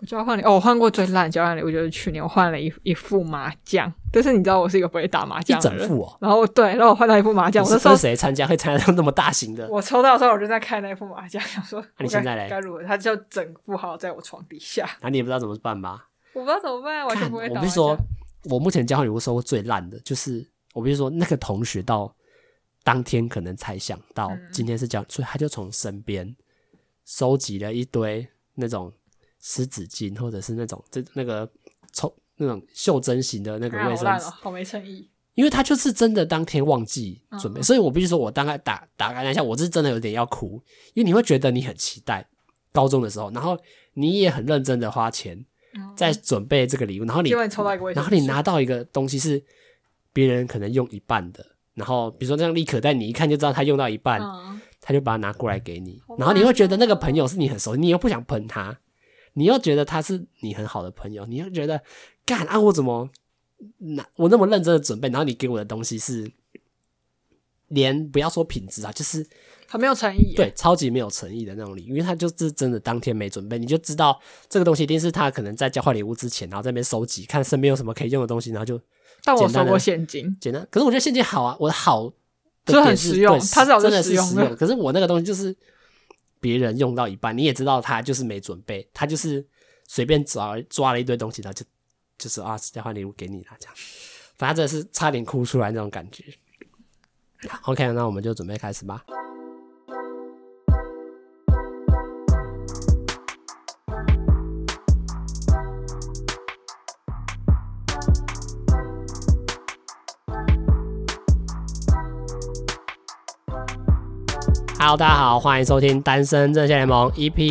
我交换礼我换过最烂的交换礼物就是去年我换了一副麻将，但是你知道我是一个不会打麻将的人， 一整副哦。 然后我换到一副麻将，我那时候是谁参加会参加到那么大型的？ 我抽到的时候我就在看那副麻将，想说你现在嘞该如何？他就整副好在我床底下， 你也不知道怎么办吧？ 我不知道怎么办，完全不会打麻将。 我不是说，我目前交换礼物收过最烂的，就是我必须说那个同学到当天可能才想到今天是交，所以他就从身边收集了一堆那种湿纸巾，或者是那种那种袖珍型的那个卫生纸， 好没诚意。 因为他就是真的当天忘记准备，所以我必须说，我大概打开那一下，我是真的有点要哭，因为你会觉得你很期待高中的时候，然后你也很认真的花钱在准备这个礼物，然后你拿到一个东西是别人可能用一半的，然后比如说这样立可带，你一看就知道他用到一半，他就把它拿过来给你，然后你会觉得那个朋友是你很熟，你又不想喷他，你又觉得他是你很好的朋友，你又觉得干啊，我怎么我那么认真的准备，然后你给我的东西是连不要说品质啊，就是很没有诚意， 对，超级没有诚意的那种礼物，因为他就是真的当天没准备，你就知道这个东西一定是他可能在交换礼物之前，然后在那边收集，看身边有什么可以用的东西，然后就但我收过现金， 简单。可是我觉得现金好啊，我的好就很实用，它真的是实用。可是我那个东西就是别人用到一半，你也知道他就是没准备，他就是随便抓了一堆东西，然后就是交换礼物给你了，这样，反正真的是差点哭出来那种感觉。OK， 那我们就准备开始吧。Hello， 大家好，欢迎收听单身阵线联盟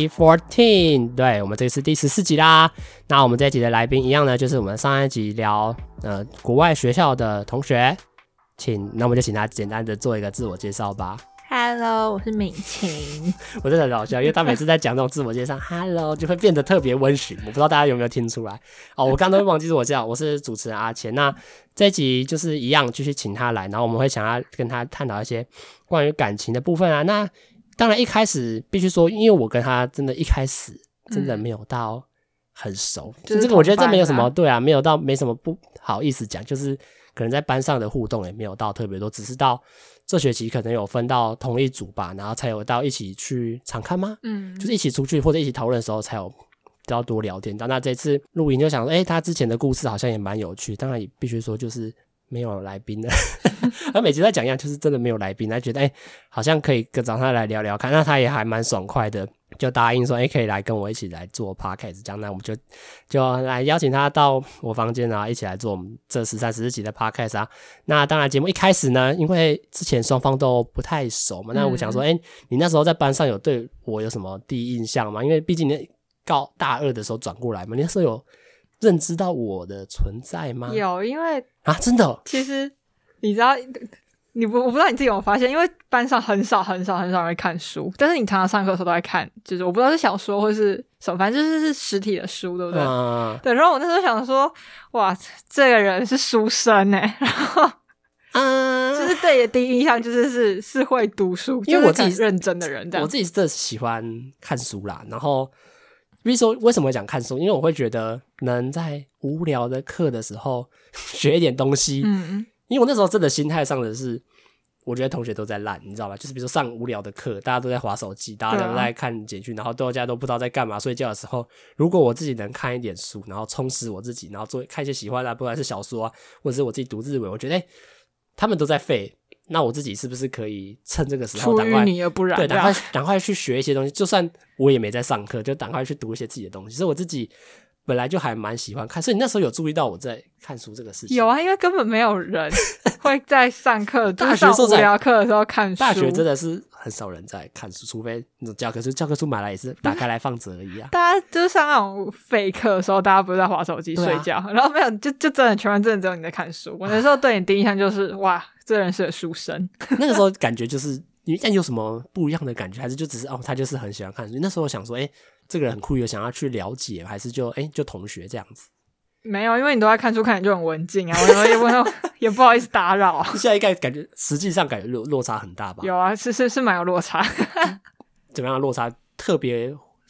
EP14， 对，我们这次第14集啦。那我们这一集的来宾一样呢，就是我们上一集聊国外学校的同学，那我们就请他简单的做一个自我介绍吧。 Hello， 我是敏晴。 我真的很好笑，因为他每次在讲这种自我介绍，Hello 就会变得特别温驯。我不知道大家有没有听出来哦？我刚刚都忘记自我介绍，我是主持人阿钱。那这一集就是一样，继续请他来，然后我们会想要跟他探讨一些关于感情的部分啊。那当然一开始必须说，因为我跟他真的一开始真的没有到很熟， 就是这个我觉得这没有什么对啊，没什么不好意思讲，就是可能在班上的互动也没有到特别多，只是到这学期可能有分到同一组吧，然后才有到一起去常看吗？就是一起出去或者一起讨论的时候才有比较多聊天到。那这次录影就想说，他之前的故事好像也蛮有趣，当然也必须说就是没有来宾的他每集在讲一样，就是真的没有来宾，他觉得好像可以找他来聊聊看，那他也还蛮爽快的，就答应说可以来跟我一起来做 podcast 这样，那我们就来邀请他到我房间啊，一起来做我们这13、14集的 podcast 啊。那当然节目一开始呢，因为之前双方都不太熟嘛，那我想说你那时候在班上有对我有什么第一印象吗？因为毕竟你大二的时候转过来嘛，你那时候有认知到我的存在吗？ 有，因为真的其实你知道我不知道你自己有没有发现，因为班上很少人会看书，但是你常常上课的时候都在看，就是我不知道是小说或是什么，反正就是实体的书，对不对？对。然后我那时候想说，哇，这个人是书生然后就是对你的第一印象就是会读书， 因为我自己是认真的人这样。 我自己真的喜欢看书啦，然后比如说为什么会讲看书，因为我会觉得能在无聊的课的时候学一点东西，因为我那时候真的心态上的是我觉得同学都在烂，你知道吧，就是比如说上无聊的课大家都在滑手机，大家都在看简讯，然后大家都不知道在干嘛，睡觉的时候如果我自己能看一点书，然后充实我自己，然后看一些喜欢的不管是小说啊，或者是我自己读日文，我觉得他们都在废，那我自己是不是可以趁这个时候出淤泥而不染， 对，赶快去学一些东西，就算我也没在上课，就赶快去读一些自己的东西。所以我自己本来就还蛮喜欢看，所以你那时候有注意到我在看书这个事情？ 有啊，因为根本没有人会在上课大学无聊课的时候看书， 大学真的是很少人在看书，除非那种教科书买来也是打开来放着而已啊。 大家就是上那种废课的时候，大家不是在滑手机睡觉，然后没有就真的全班真的只有你在看书。我那时候对你第一印象就是哇，这人是个书生。 那个时候感觉就是你有什么不一样的感觉，还是就只是他就是很喜欢看书？那时候我想说这个人很酷，有想要去了解，还是就同学这样子？ 没有，因为你都在看书，看起来就很文静啊，我也不好意思打扰啊。 现在应该感觉实际上感觉落差很大吧？ 有啊，是蛮有落差。 怎么样的落差？特别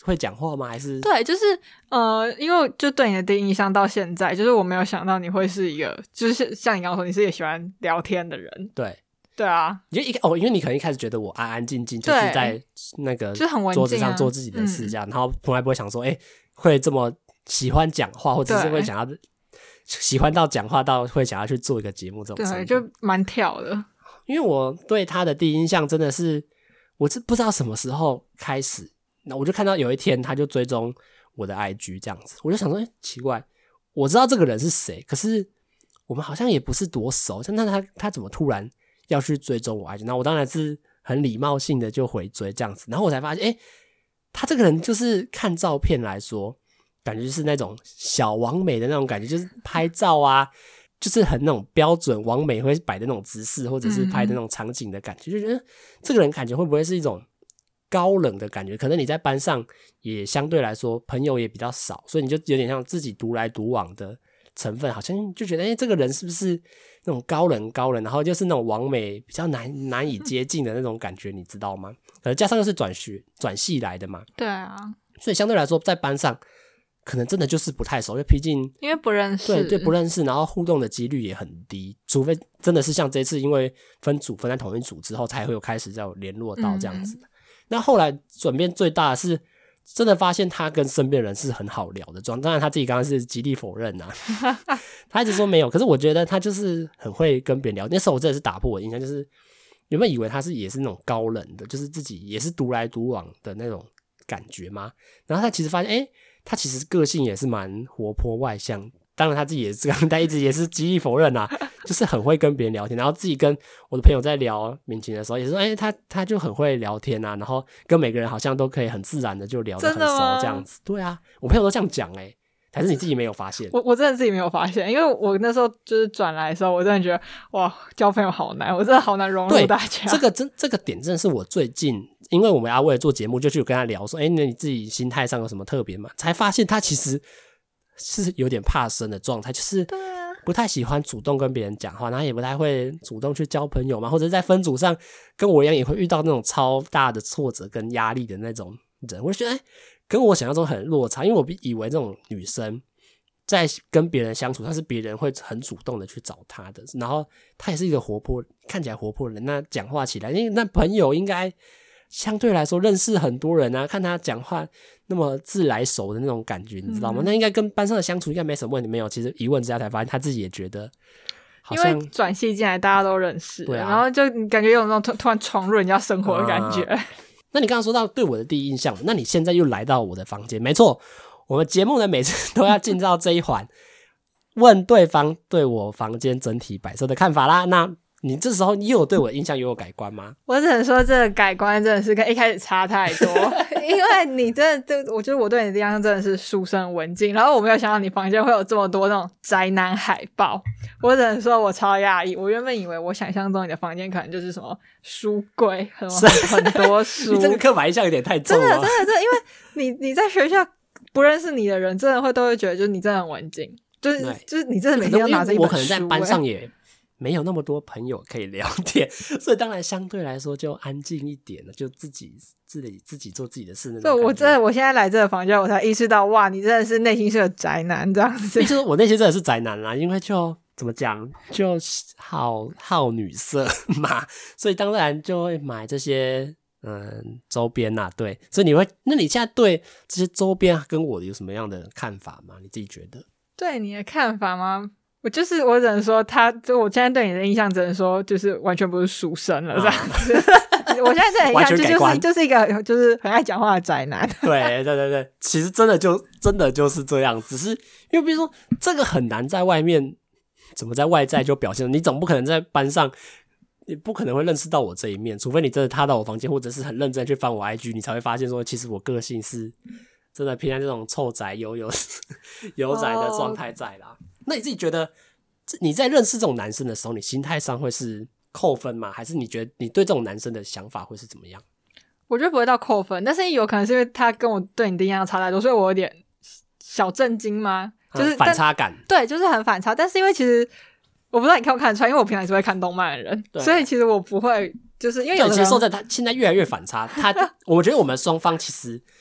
会讲话吗？还是对，就是因为就对你的第一印象到现在，就是我没有想到你会是一个，就是像你刚刚说，你是一个喜欢聊天的人。对啊， 因为你可能一开始觉得我安安静静，就是在那个桌子上做自己的事这样，然后从来不会想说，会这么喜欢讲话，或者是会想要喜欢到讲话到会想要去做一个节目这种程度， 对，就蛮跳的。 因为我对他的第一印象真的是，我是不知道什么时候开始，那我就看到有一天他就追踪我的 IG 这样子，我就想说，奇怪，我知道这个人是谁，可是我们好像也不是多熟，那他怎么突然要去追踪我 IG？ 那我当然是很礼貌性的就回追这样子，然后我才发现，他这个人就是看照片来说，感觉就是那种小网美的那种感觉，就是拍照啊，就是很那种标准网美会摆的那种姿势，或者是拍的那种场景的感觉，就觉得这个人感觉会不会是一种高冷的感觉？可能你在班上也相对来说朋友也比较少，所以你就有点像自己独来独往的成分，好像就觉得这个人是不是那种高冷，然后就是那种网美比较难以接近的那种感觉，你知道吗？可能加上又是转系来的嘛， 对啊， 所以相对来说在班上可能真的就是不太熟，因为毕竟因为不认识， 对不认识，然后互动的几率也很低，除非真的是像这次因为分在同一组之后才会有开始在联络到这样子。那后来转变最大的是真的发现他跟身边的人是很好聊的状态，当然他自己刚刚是极力否认啊他一直说没有，可是我觉得他就是很会跟别人聊。那时候我真的是打破我的印象，就是原本以为他也是那种高冷的，就是自己也是独来独往的那种感觉吗？然后他其实发现他其实个性也是蛮活泼外向，当然他自己也是他一直也是极力否认啊就是很会跟别人聊天，然后自己跟我的朋友在聊民情的时候也是说他就很会聊天啊，然后跟每个人好像都可以很自然的就聊得很熟这样子。对啊，我朋友都这样讲还是你自己没有发现？ 我真的自己没有发现，因为我那时候就是转来的时候，我真的觉得哇，交朋友好难，我真的好难融入大家。 这个点真的是我最近，因为我们为了做节目就去跟他聊说，那你自己心态上有什么特别吗？才发现他其实是有点怕生的状态，就是不太喜欢主动跟别人讲话，然后也不太会主动去交朋友嘛，或者在分组上跟我一样也会遇到那种超大的挫折跟压力的那种人，我就觉得跟我想象中很落差，因为我以为这种女生在跟别人相处，她是别人会很主动的去找她的，然后她也是一个看起来活泼的人，那讲话起来，那朋友应该相对来说认识很多人啊，看她讲话那么自来熟的那种感觉，你知道吗？那应该跟班上的相处应该没什么问题，没有。其实一问之下才发现，她自己也觉得好像因为转系进来大家都认识，然后就感觉有那种突然闯入人家生活的感觉。 那你刚刚说到对我的第一印象，那你现在又来到我的房间，没错，我们节目呢每次都要进到这一环，问对方对我房间整体摆设的看法啦。那你这时候又有对我的印象又有改观吗？ 我只能说这个改观真的是跟一开始差太多因为你真的我觉得我对你的印象真的是书生文静，然后我没有想到你房间会有这么多那种宅男海报，我只能说我超讶异。我原本以为我想象中你的房间可能就是什么书柜很多书你这个刻板印象有点太重了。 真的因为你在学校不认识你的人真的都会觉得就是你真的很文静，就是你真的每天要拿着一本书。 我可能在班上也没有那么多朋友可以聊天，所以当然相对来说就安静一点了，就自己做自己的事那种感觉。 我现在来这个房间我才意识到，哇，你真的是内心是个宅男这样子。 就是我内心真的是宅男啦，因为就怎么讲，就好女色嘛，所以当然就会买这些周边啦。对，所以那你现在对这些周边跟我有什么样的看法吗？你自己觉得？ 对你的看法吗？我只能说就我现在对你的印象只能说就是完全不是书生了这样子我现在对你的印象就是一个就是很爱讲话的宅男对，其实真的就是这样，只是因为比如说这个很难在外面怎么在外在就表现，你总不可能在班上你不可能会认识到我这一面，除非你真的踏到我房间或者是很认真去翻我 IG， 你才会发现说其实我个性是真的偏向这种臭宅油宅的状态在啦。那你自己觉得你在认识这种男生的时候，你心态上会是扣分吗？还是你觉得你对这种男生的想法会是怎么样？ 我觉得不会到扣分，但是有可能是因为他跟我对你的印象差太多，所以我有点小震惊吗？就是反差感。对， 就是很反差。但是因为其实我不知道你看不看得出来，因为我平常也是会看动漫的人，所以其实我不会，就是因为有的人其实说在他现在越来越反差，我觉得我们双方其实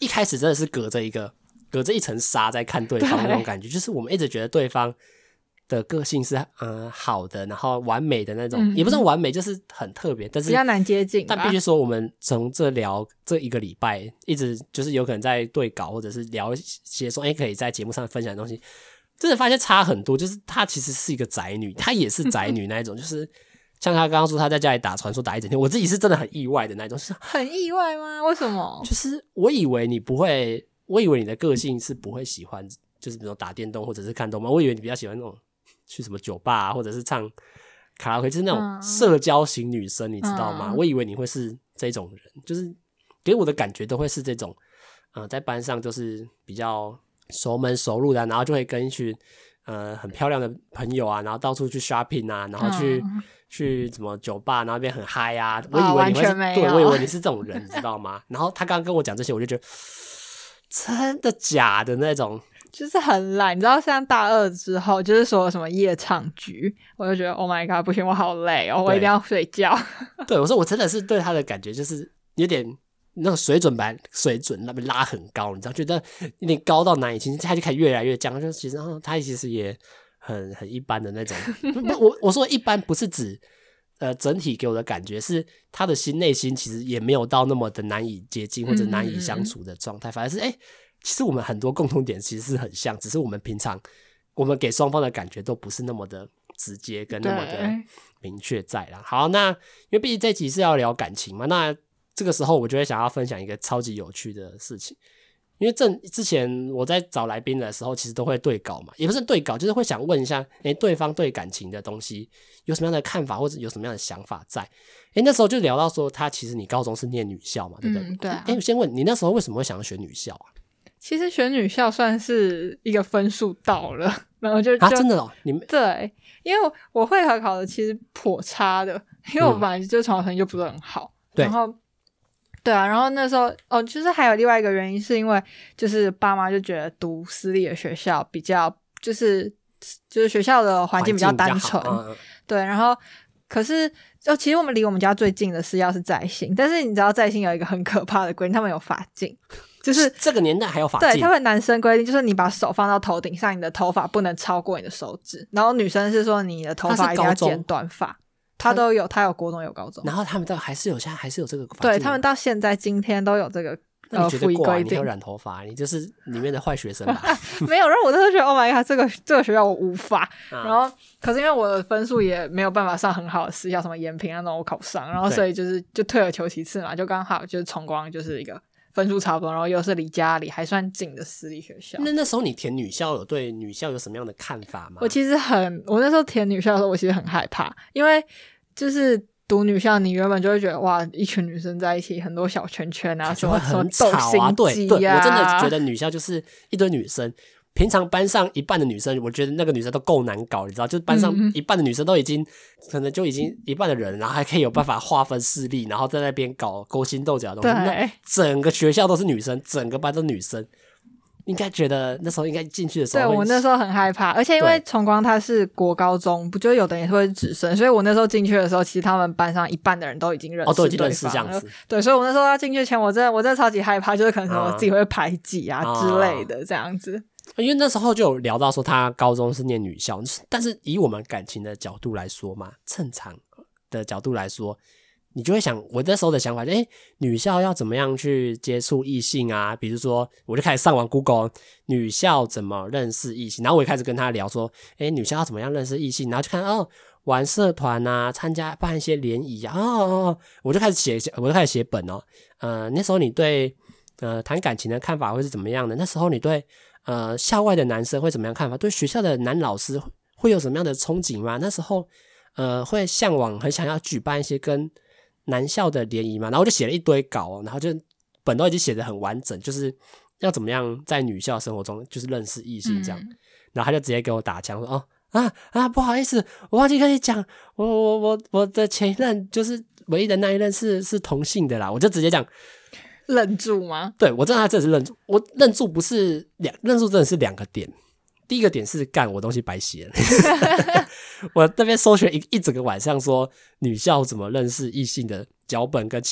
一开始真的是隔着一层纱在看对方那种感觉，就是我们一直觉得对方的个性是好的，然后完美的那种，也不是完美，就是很特别，但是比较难接近。 但必须说，我们从这一个礼拜，一直就是有可能在对稿，或者是聊一些说，可以在节目上分享的东西，真的发现差很多。就是她其实是一个宅女，她也是宅女那一种，就是像她刚刚说她在家里打传说打一整天，我自己是真的很意外的那一种。是很意外吗？为什么？ 就是我以为你的个性是不会喜欢，就是比如说打电动或者是看动漫，我以为你比较喜欢那种去什么酒吧或者是唱卡拉 OK， 就是那种社交型女生，你知道吗？我以为你会是这种人，就是给我的感觉都会是这种，在班上就是比较熟门熟路的，然后就会跟一群很漂亮的朋友啊，然后到处去 shopping 啊，然后去什么酒吧，然后那边很嗨啊。我以为你会是，对，我以为你是这种人，你知道吗？然后他刚刚跟我讲这些，我就觉得真的假的那种。 就是很懒，你知道像大二之后就是说什么夜唱局，我就觉得 Oh my god 不行，我好累哦，我一定要睡觉。 对，我说我真的是对他的感觉就是有点那个水准那边拉很高，你知道，觉得有点高到难以亲近，他就开始越来越僵，就其实他其实也很一般的那种。我说一般不是指整体给我的感觉是他的内心其实也没有到那么的难以接近或者难以相处的状态，反而是其实我们很多共同点其实是很像，只是我们平常我们给双方的感觉都不是那么的直接跟那么的明确在啦。好，那因为毕竟这集是要聊感情嘛，那这个时候我就会想要分享一个超级有趣的事情。因为之前我在找来宾的时候其实都会对稿嘛，也不是对稿，就是会想问一下对方对感情的东西有什么样的看法或者有什么样的想法在。那时候就聊到说其实你高中是念女校嘛，对不对？ 对啊。 我先问你那时候为什么会想要选女校啊？ 其实选女校算是一个分数到了，然后就真的哦，你们对，因为我会考的其实颇差的，因为我本来就从小成绩就不是很好，然后对啊，然后那时候就是还有另外一个原因是因为就是爸妈就觉得读私立的学校比较就是学校的环境比较单纯，对，然后可是其实我们离我们家最近的私校是在新，但是你知道在新有一个很可怕的规定，他们有发镜。就是这个年代还有发镜， 对，他们男生规定就是你把手放到头顶上，你的头发不能超过你的手指，然后女生是说你的头发一定要剪短发。他都有，他有国中有高中， 然后他们现在还是有这个发镜， 对，他们到现在今天都有这个服役规定。 你有染头发，你就是里面的坏学生吧？ 没有，让我真的觉得 Oh my god， 这个学校我无法。然后可是因为我的分数也没有办法上很好的私校，什么延平那种我考不上，然后所以就退而求其次嘛，就刚好就是崇光就是一个分数差不多，然后又是离家里还算近的私立学校。 那时候你填女校对女校有什么样的看法吗？ 我那时候填女校的时候我其实很害怕，因为就是读女校你原本就会觉得哇一群女生在一起很多小圈圈啊， 就会很吵啊，对，我真的觉得女校就是一堆女生，平常班上一半的女生我觉得那个女生都够难搞，你知道，就是班上一半的女生都已经可能就已经一半的人，然后还可以有办法划分势力，然后在那边搞勾心斗角的东西，那整个学校都是女生，整个班都是女生，应该觉得那时候应该进去的时候， 对，我那时候很害怕，而且因为崇光它是国高中，不就有的也会是直升，所以我那时候进去的时候，其实他们班上一半的人都已经认识， 都已经认识这样子。 对，所以我那时候要进去前，我真的超级害怕，就是可能我自己会排挤啊之类的这样子。 因为那时候就有聊到说他高中是念女校，但是以我们感情的角度来说嘛，正常的角度来说，你就会想，我那时候的想法就女校要怎么样去接触异性啊？比如说，我就开始上网 Google 女校怎么认识异性，然后我也开始跟他聊说，女校要怎么样认识异性，然后就看玩社团啊，办一些联谊啊，我就开始写本哦。那时候你对谈感情的看法会是怎么样的？那时候你对校外的男生会怎么样看法？对学校的男老师会有什么样的憧憬吗？那时候会向往很想要举办一些跟男校的联谊嘛，然后我就写了一堆稿然后就本都已经写得很完整，就是要怎么样在女校生活中就是认识异性这样，然后他就直接给我打枪说不好意思，我忘记跟你讲，我的前一任就是唯一的那一任是同性的啦，我就直接讲。 愣住吗？ 对，我真的真的是愣住，我愣住不是愣住真的是两个点，第一个点是干我东西白写了我那边搜寻一整个晚上说女校怎么认识异性的脚本跟企划，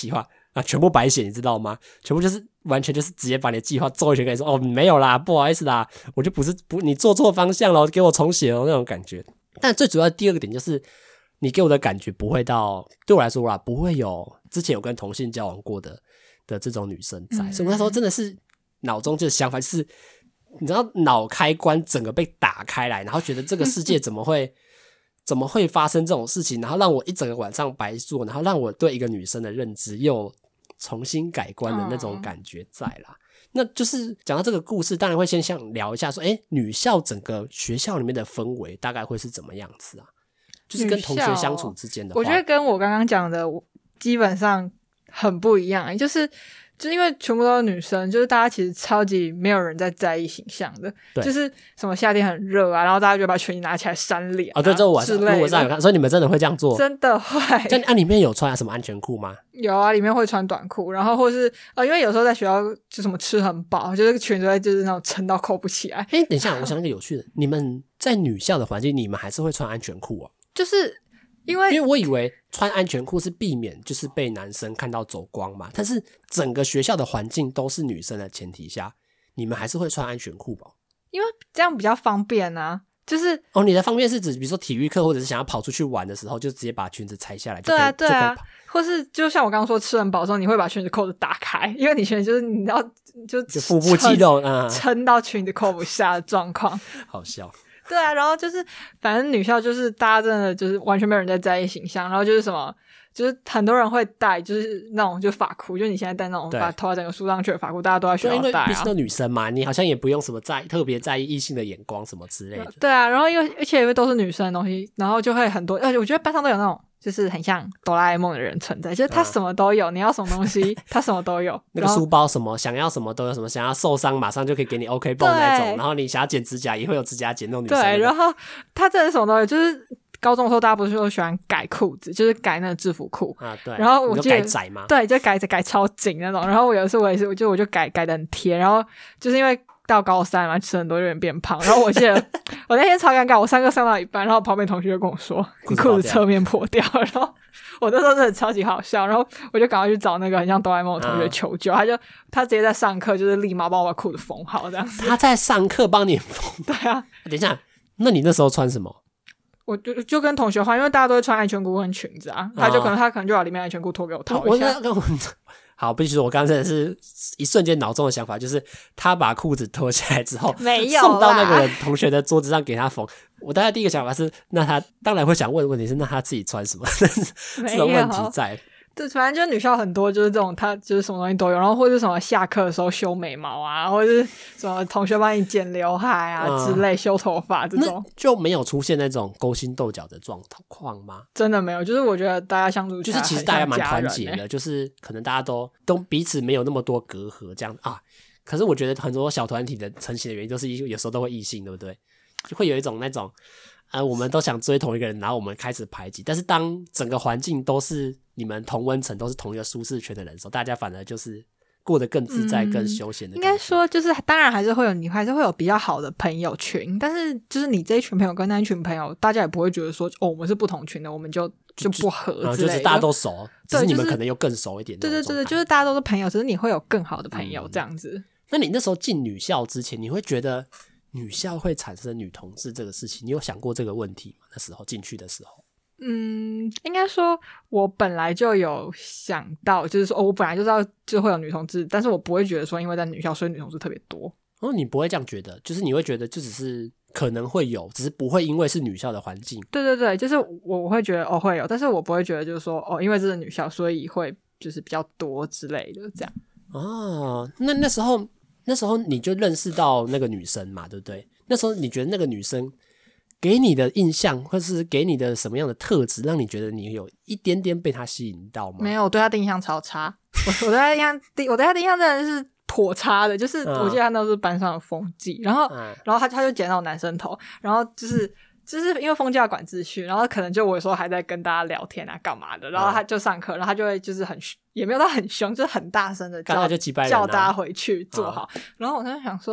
啊，全部白写，你知道吗？全部就是完全就是直接把你的计划揍一拳，跟你说哦没有啦，不好意思啦，我就不你做错方向了，给我重写那种感觉。但最主要的第二个点就是，你给我的感觉不会到，对我来说啦，不会有之前有跟同性交往过的这种女生在，所以我那时候真的是脑中就是想法是，你知道脑开关整个被打开来，然后觉得这个世界怎么会发生这种事情，然后让我一整个晚上白做，然后让我对一个女生的认知又重新改观的那种感觉在啦。那就是讲到这个故事，当然会先想聊一下说，女校整个学校里面的氛围大概会是怎么样子啊？就是跟同学相处之间的话， 我觉得跟我刚刚讲的基本上很不一样，就是因为全部都是女生，就是大家其实超级没有人在意形象的，就是什么夏天很热啊，然后大家就把裙子拿起来扇脸啊， 对，这我晚上有看，所以你们真的会这样做？ 真的会。 那里面有穿什么安全裤吗？ 有啊，里面会穿短裤，然后或是因为有时候在学校就什么吃很饱，就是裙子会就是那种撑到扣不起来。 等一下，我想一个有趣的，你们在女校的环境，你们还是会穿安全裤啊？ 就是因为我以为穿安全裤是避免就是被男生看到走光嘛，但是整个学校的环境都是女生的前提下，你们还是会穿安全裤吧？ 因为这样比较方便啊。就是你的方便是指比如说体育课或者是想要跑出去玩的时候，就直接把裙子拆下来就可以。 对啊，或是就像我刚刚说吃很饱的时候，你会把裙子扣子打开，因为你裙子就是你要就腹部肌肉撑到裙子扣不下的状况。 好笑。 对啊，然后就是反正女校就是大家真的就是完全没有人在意形象，然后就是什么就是很多人会戴就是那种就发箍，就你现在戴那种把头发整个梳上去的发箍，大家都在学校戴啊。 因为毕竟都女生嘛，你好像也不用什么特别在意异性的眼光什么之类的。 对啊，然后而且因为都是女生的东西，然后就会很多，而且我觉得班上都有那种就是很像哆啦 A 梦的人存在，就是他什么都有，你要什么东西他什么都有。 那个书包什么想要什么都有，什么想要受伤马上就可以给你 OK 绷那种，然后你想要剪指甲也会有指甲剪那种女生。 对，然后他真的什么都有，就是高中的时候大家不是说喜欢改裤子，就是改那个制服裤啊，对。 然后我记得改窄吗？ 对，就改超紧那种。然后我有一次我也是，我就改得很贴，然后就是因为到高三嘛，吃很多有点变胖。然后我记得我那天超尴尬，我上课上到一半，然后旁边同学就跟我说你裤子侧面破掉了，然后我那时候真的超级好笑，然后我就赶快去找那个很像哆啦 A 梦的同学求救，他直接在上课就是立马帮我把裤子缝好这样子。 他在上课帮你缝？ 对啊。 等一下，那你那时候穿什么？ 我就跟同学换，因为大家都会穿安全裤跟裙子啊，他可能就把里面安全裤脱给我套一下。 好，必须说，我刚才真的是一瞬间脑中的想法，就是他把裤子脱下来之后， 没有送到那个人同学的桌子上给他缝。我大概第一个想法是，那他当然会想问的问题是，那他自己穿什么？但是这种问题在。 对，反正就是女校很多就是这种，他就是什么东西都有，然后或者是什么下课的时候修眉毛啊，或者是什么同学帮你剪刘海啊之类，修头发这种， 就没有出现那种勾心斗角的状况吗？ 真的没有，就是我觉得大家相处起来就是其实大家蛮团结的，就是可能大家都彼此没有那么多隔阂这样啊。可是我觉得很多小团体的成型的原因，就是有时候都会异性，对不对？就会有一种那种我们都想追同一个人，然后我们开始排挤。但是当整个环境都是你们同温层，都是同一个舒适圈的人的时候，大家反而就是过得更自在、更休闲的感觉。 应该说，就是当然还是会有，你还是会有比较好的朋友群，但是就是你这一群朋友跟那一群朋友，大家也不会觉得说我们是不同群的，我们就不合之类的， 就是大家都熟，只是你们可能又更熟一点。 对，就是大家都是朋友，只是你会有更好的朋友这样子。 那你那时候进女校之前，你会觉得女校会产生女同志这个事情，你有想过这个问题吗？那时候进去的时候， 应该说我本来就有想到，就是说我本来就知道就会有女同志，但是我不会觉得说因为在女校所以女同志特别多。 你不会这样觉得，就是你会觉得就只是可能会有，只是不会因为是女校的环境。 对，就是我会觉得会有，但是我不会觉得就是说因为这是女校所以会就是比较多之类的这样。 那时候你就认识到那个女生嘛，对不对？那时候你觉得那个女生给你的印象，或是给你的什么样的特质，让你觉得你有一点点被她吸引到吗？ 没有，我对她的印象超差。我对她的印象真的是颇差的，就是我记得她那时候是班上的风纪，然后他就剪到我男生头，然后就是因为风纪要管秩序，然后可能就我有时候还在跟大家聊天啊干嘛的，然后他就上课，然后他就会就是也没有到很凶，就是很大声的叫大家回去坐好。然后我就想说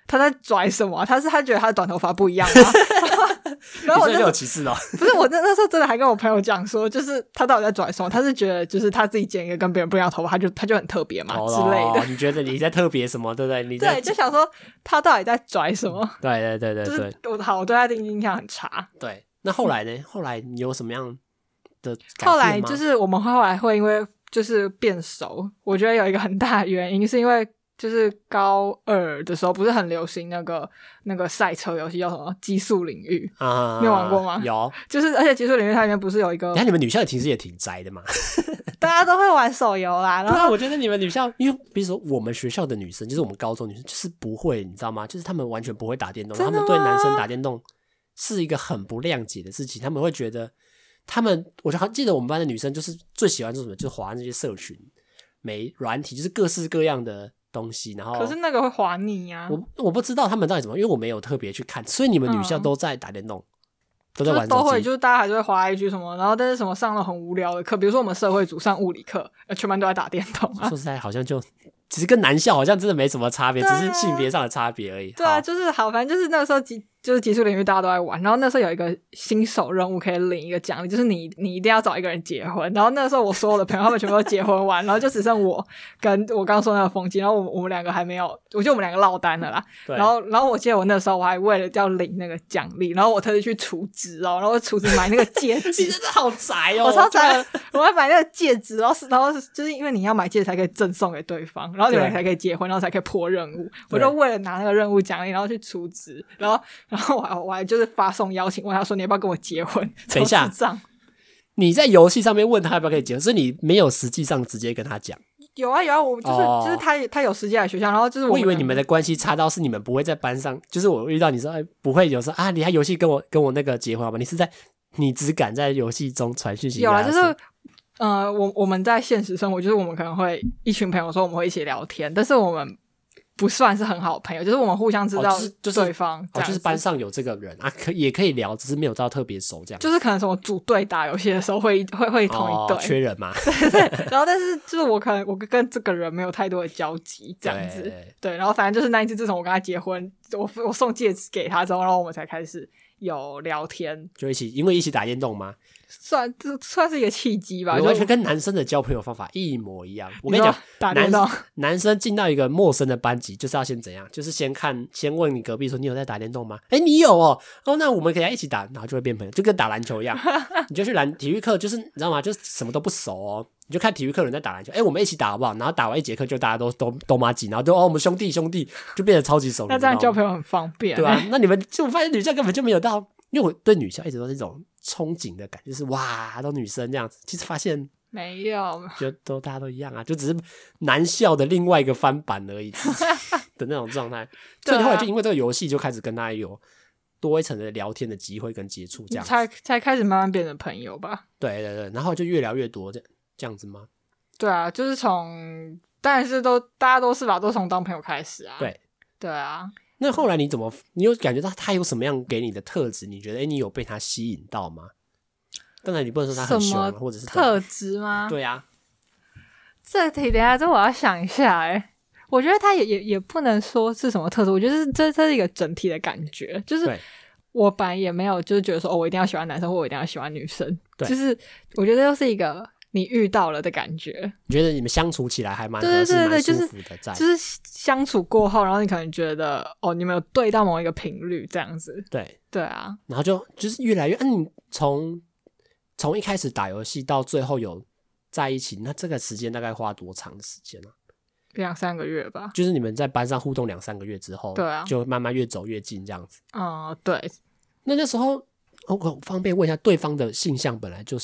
他在拽什么、啊？他觉得他的短头发不一样吗？然后我你这就有歧视哦。 不是，我那时候真的还跟我朋友讲说，就是他到底在拽什么？他是觉得就是他自己剪一个跟别人不一样的头发，他就很特别嘛、之类的。 你觉得你在特别什么，对不对？你在对，就想说他到底在拽什么？ 对， 就是我对他的印象很差。 对，那后来呢？后来你有什么样的改变吗？ 后来就是我们后来会因为就是变熟，我觉得有一个很大的原因是因为就是高2的时候不是很流行那个赛车游戏叫什么极速领域啊？你有玩过吗？ 有， 就是而且极速领域它里面不是有一个， 你们女校其实也挺宅的嘛， 大家都会玩手游啦。然后我觉得你们女校，因为比如说我们学校的女生，就是我们高中女生，就是不会，你知道吗？就是她们完全不会打电动，她们对男生打电动是一个很不谅解的事情，她们会觉得。我就记得我们班的女生就是最喜欢做什么，就是滑那些社群软体，就是各式各样的东西。然后可是那个会滑腻啊， 我不知道他们到底怎么，因为我没有特别去看。所以你们女校都在打电动，都在玩手机， 都会，就是大家还是会滑IG什么，然后但是什么上了很无聊的课，比如说我们社会组上物理课，全班都在打电动啊。 说实在，好像其实跟男校好像真的没什么差别，只是性别上的差别而已。 对啊，就是好，反正就是那个时候就是极速领域大家都在玩，然后那时候有一个新手任务可以领一个奖励，就是你一定要找一个人结婚，然后那个时候我所有的朋友他们全部都结婚完，然后就只剩我跟我刚刚说那个风纪，然后我们两个还没有，我觉得我们两个落单了啦。然后我记得我那时候我还为了要领那个奖励，然后我特地去储值哦，然后储值买那个戒指。 你真的好宅哦！ 我超宅的，我还买那个戒指，然后就是因为你要买戒指才可以赠送给对方，然后你们才可以结婚，然后才可以破任务。我就为了拿那个任务奖励，然后去储值，然后我还就是发送邀请，问他说你要不要跟我结婚？ 等一下，你在游戏上面问他要不要跟你结婚，所以你没有实际上直接跟他讲。 有啊，我就是他有实际来学校，然后就是我以为你们的关系差到是你们不会在班上，就是我遇到你说不会有时候啊，你还游戏跟我那个结婚好吗？你只敢在游戏中传讯息。 有啊，就是我们在现实生活，就是我们可能会一群朋友说我们会一起聊天，但是我们不算是很好的朋友，就是我们互相知道对方， 就是班上有这个人啊，也可以聊，只是没有到特别熟这样。 就是可能什么组队打游戏的时候会同一队， 缺人嘛。 对，然后但是就是我跟这个人没有太多的交集这样子，对，然后反正就是那一次，自从我跟他结婚，我送戒指给他之后，然后我们才开始有聊天， 就因为一起打电动吗？ 算是一个契机吧， 完全跟男生的交朋友方法一模一样。我跟你讲， 打电动， 男生进到一个陌生的班级，就是要先怎样？就是先问你隔壁说你有在打电动吗？你有哦，那我们可以一起打，然后就会变朋友，就跟打篮球一样。你就去体育课，就是你知道吗？就是什么都不熟哦，你就看体育课有人在打篮球，我们一起打好不好？然后打完一节课就大家都麻吉，然后就我们兄弟就变得超级熟。 那这样交朋友很方便， 对啊，那你们就发现女校根本就没有到，因为我对女校一直都是一种憧憬的感觉，就是哇，都女生这样子。其实发现没有， 就大家都一样啊，就只是男校的另外一个翻版而已的那种状态。所以后来就因为这个游戏就开始跟他有多一层的聊天的机会跟接触，这样才开始慢慢变成朋友吧。 对，然后就越聊越多这样子吗？ 对啊，就是当然是大家都是吧，都从当朋友开始啊。对啊。 那后来你有感觉到他有什么样给你的特质？你觉得你有被他吸引到吗？当然你不能说他很凶或者是特质吗？ 对啊， 这题等一下我要想一下我觉得他也不能说是什么特质，我觉得这是一个整体的感觉，就是我本来也没有就是觉得说我一定要喜欢男生或我一定要喜欢女生，就是我觉得又是一个你遇到了的感觉， 你觉得你们相处起来还蛮合适蛮舒服的， 就是相处过后，然后你可能觉得你们有对到某一个频率这样子，对啊， 然后就是越来越你从一开始打游戏到最后有在一起，那这个时间大概花多长的时间呢 ？2-3个月吧， 就是你们在班上互动2-3个月之后， 对啊， 就慢慢越走越近这样子。 对。 那时候我方便问一下，对方的性向本来就是？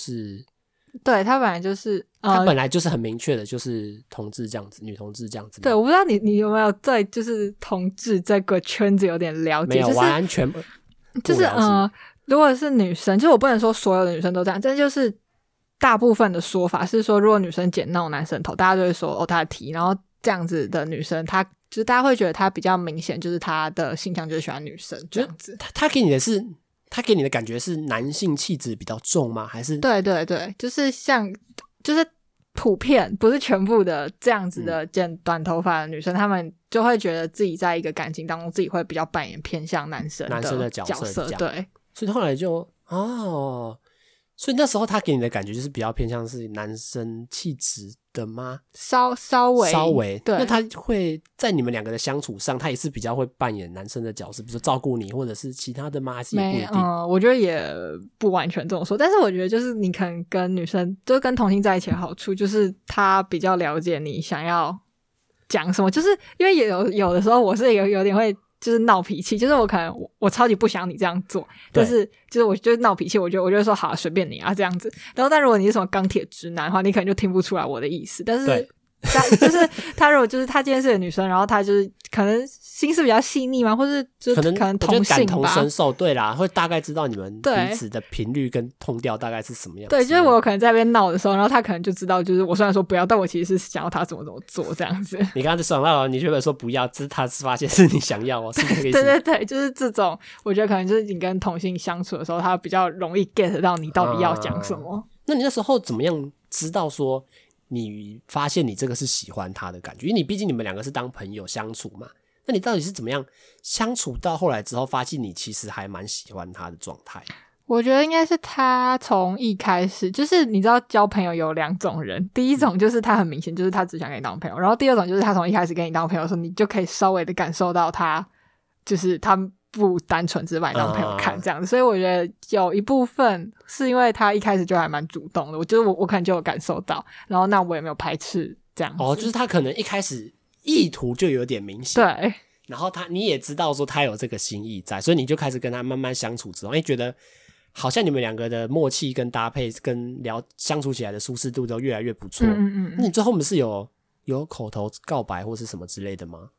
对，他本来就是他本来就是很明确的，就是同志这样子，女同志这样子。 对，我不知道你有没有对就是同志这个圈子有点了解？ 没有，完全就是如果是女生，就是我不能说所有的女生都这样，但就是大部分的说法是说，如果女生剪那种男生头，大家就会说她的T，然后这样子的女生，她就是大家会觉得她比较明显，就是她的性向就是喜欢女生这样子。 她给你的感觉是男性气质比较重吗？还是？ 对，就是就是普遍不是全部的这样子的剪短头发的女生，她们就会觉得自己在一个感情当中自己会比较扮演偏向男生的角色，对， 所以后来就所以那时候他给你的感觉就是比较偏向是男生气质的吗？稍微对。那他会在你们两个的相处上，他也是比较会扮演男生的角色，比如说照顾你或者是其他的吗？还是也不一定？ 我觉得也不完全这么说，但是我觉得就是你可能跟女生，就是跟同性在一起的好处，就是他比较了解你想要讲什么，就是因为有的时候我是有点会。就是闹脾气，就是我可能我超级不想你这样做，但是就是我就闹脾气，我就会说好随便你啊这样子。然后但如果你是什么钢铁直男的话，你可能就听不出来我的意思。但是就是他如果就是他今天是个女生，然后他就是可能心思比较细腻嘛，或是就是可能同性吧， 感同身受，对啦，会大概知道你们彼此的频率跟痛调大概是什么样子。 对，就是我可能在那边闹的时候，然后他可能就知道，就是我虽然说不要，但我其实是想要他怎么做这样子。 你刚刚就想到了，你原本说不要，只是他发现是你想要哦，是这个意思。 对，就是这种，我觉得可能就是你跟同性相处的时候，他比较容易 get 到你到底要讲什么。 那你那时候怎么样知道说？你发现你这个是喜欢他的感觉，因为你毕竟你们两个是当朋友相处嘛，那你到底是怎么样相处到后来之后发现你其实还蛮喜欢他的状态？ 我觉得应该是他从一开始，就是你知道交朋友有两种人，第一种就是他很明显就是他只想跟你当朋友，然后第二种就是他从一开始跟你当朋友的时候，你就可以稍微的感受到他就是他不单纯只是把你当朋友看这样子，所以我觉得有一部分是因为他一开始就还蛮主动的，我可能就有感受到，然后那我也没有排斥这样子。 就是他可能一开始意图就有点明显， 对， 然后你也知道说他有这个心意在，所以你就开始跟他慢慢相处之后，觉得好像你们两个的默契跟搭配跟相处起来的舒适度都越来越不错。那你最后面是有口头告白或是什么之类的吗？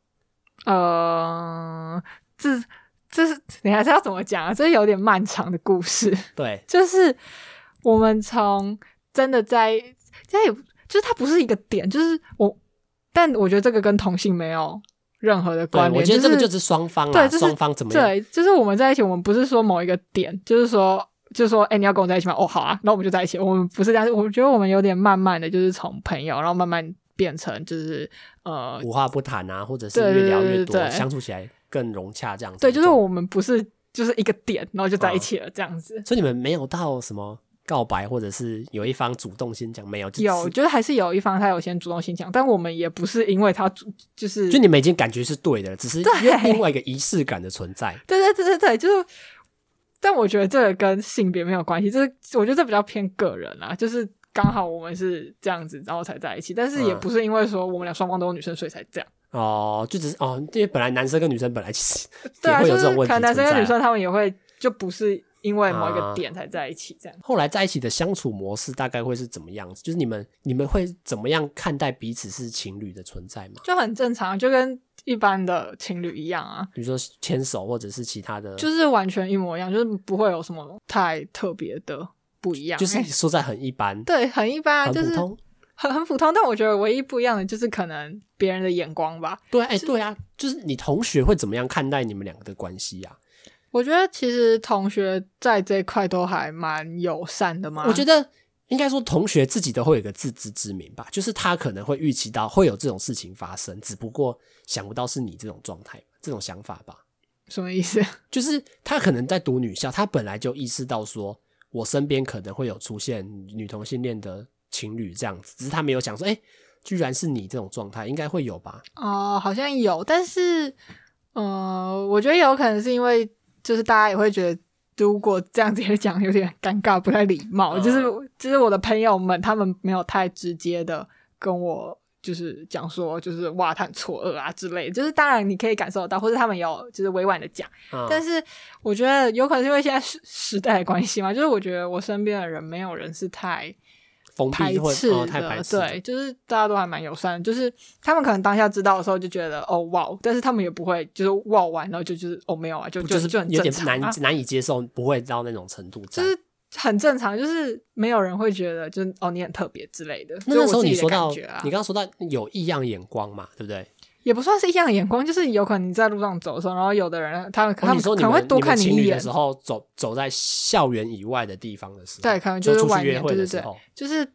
这是你还是要怎么讲啊？这是有点漫长的故事。 对， 就是我们从真的就是它不是一个点，就是但我觉得这个跟同性没有任何的关联。 我觉得这个就是双方啦，对，双方怎么样？ 对，就是我们在一起，我们不是说某一个点，就是说你要跟我在一起吗？好啊，那我们就在一起。我们不是这样，我觉得我们有点慢慢的就是从朋友，然后慢慢变成就是无话不谈啊，或者是越聊越多，相处起来更融洽这样子。 对，就是我们不是就是一个点，然后就在一起了这样子。 所以你们没有到什么告白，或者是有一方主动先讲，没有？ 就是还是有一方他有先主动先讲，但我们也不是因为他就你们已经感觉是对的，只是另外一个仪式感的存在。 对，就是。但我觉得这个跟性别没有关系，我觉得这比较偏个人啦，就是刚好我们是这样子，然后才在一起，但是也不是因为说我们俩双方都有女生所以才这样。 就只是因为本来男生跟女生本来其实也会有这种问题存在， 可能男生跟女生他们也会就不是因为某一个点才在一起这样。 后来在一起的相处模式大概会是怎么样子？就是你们会怎么样看待彼此是情侣的存在吗？ 就很正常，就跟一般的情侣一样啊， 比如说牵手或者是其他的， 就是完全一模一样，就是不会有什么太特别的不一样， 就是说在很一般， 对，很一般， 很普通， 就是很普通。但我觉得唯一不一样的就是可能别人的眼光吧。 对，对啊，就是你同学会怎么样看待你们两个的关系啊？ 我觉得其实同学在这一块都还蛮友善的嘛。 我觉得应该说同学自己都会有一个自知之明吧，就是他可能会预期到会有这种事情发生，只不过想不到是你这种状态，这种想法吧。 什么意思？ 就是他可能在读女校，他本来就意识到说我身边可能会有出现女同性恋的情侣这样子，只是他没有想说居然是你这种状态，应该会有吧。 好像有，但是我觉得有可能是因为就是大家也会觉得如果这样子也讲有点尴尬，不太礼貌，就是我的朋友们他们没有太直接的跟我就是讲说就是哇他很错愕啊之类的，就是当然你可以感受得到，或者他们有就是委婉的讲，但是我觉得有可能是因为现在时代的关系嘛，就是我觉得我身边的人没有人是太封闭或太排斥的， 对，就是大家都还蛮友善的，就是他们可能当下知道的时候就觉得哇，但是他们也不会就是哇完然后就是没有啊，就是很有正常点难以接受，不会到那种程度在， 就是很正常，就是没有人会觉得就是你很特别之类的。 那时候你说到你刚刚说到有异样眼光嘛，对不对？ 也不算是异样眼光，就是有可能你在路上走的时候，然后有的人他们可能会多看你一眼的时候，走在校园以外的地方的时候， 对，可能就是外面出去约会的时候， 就是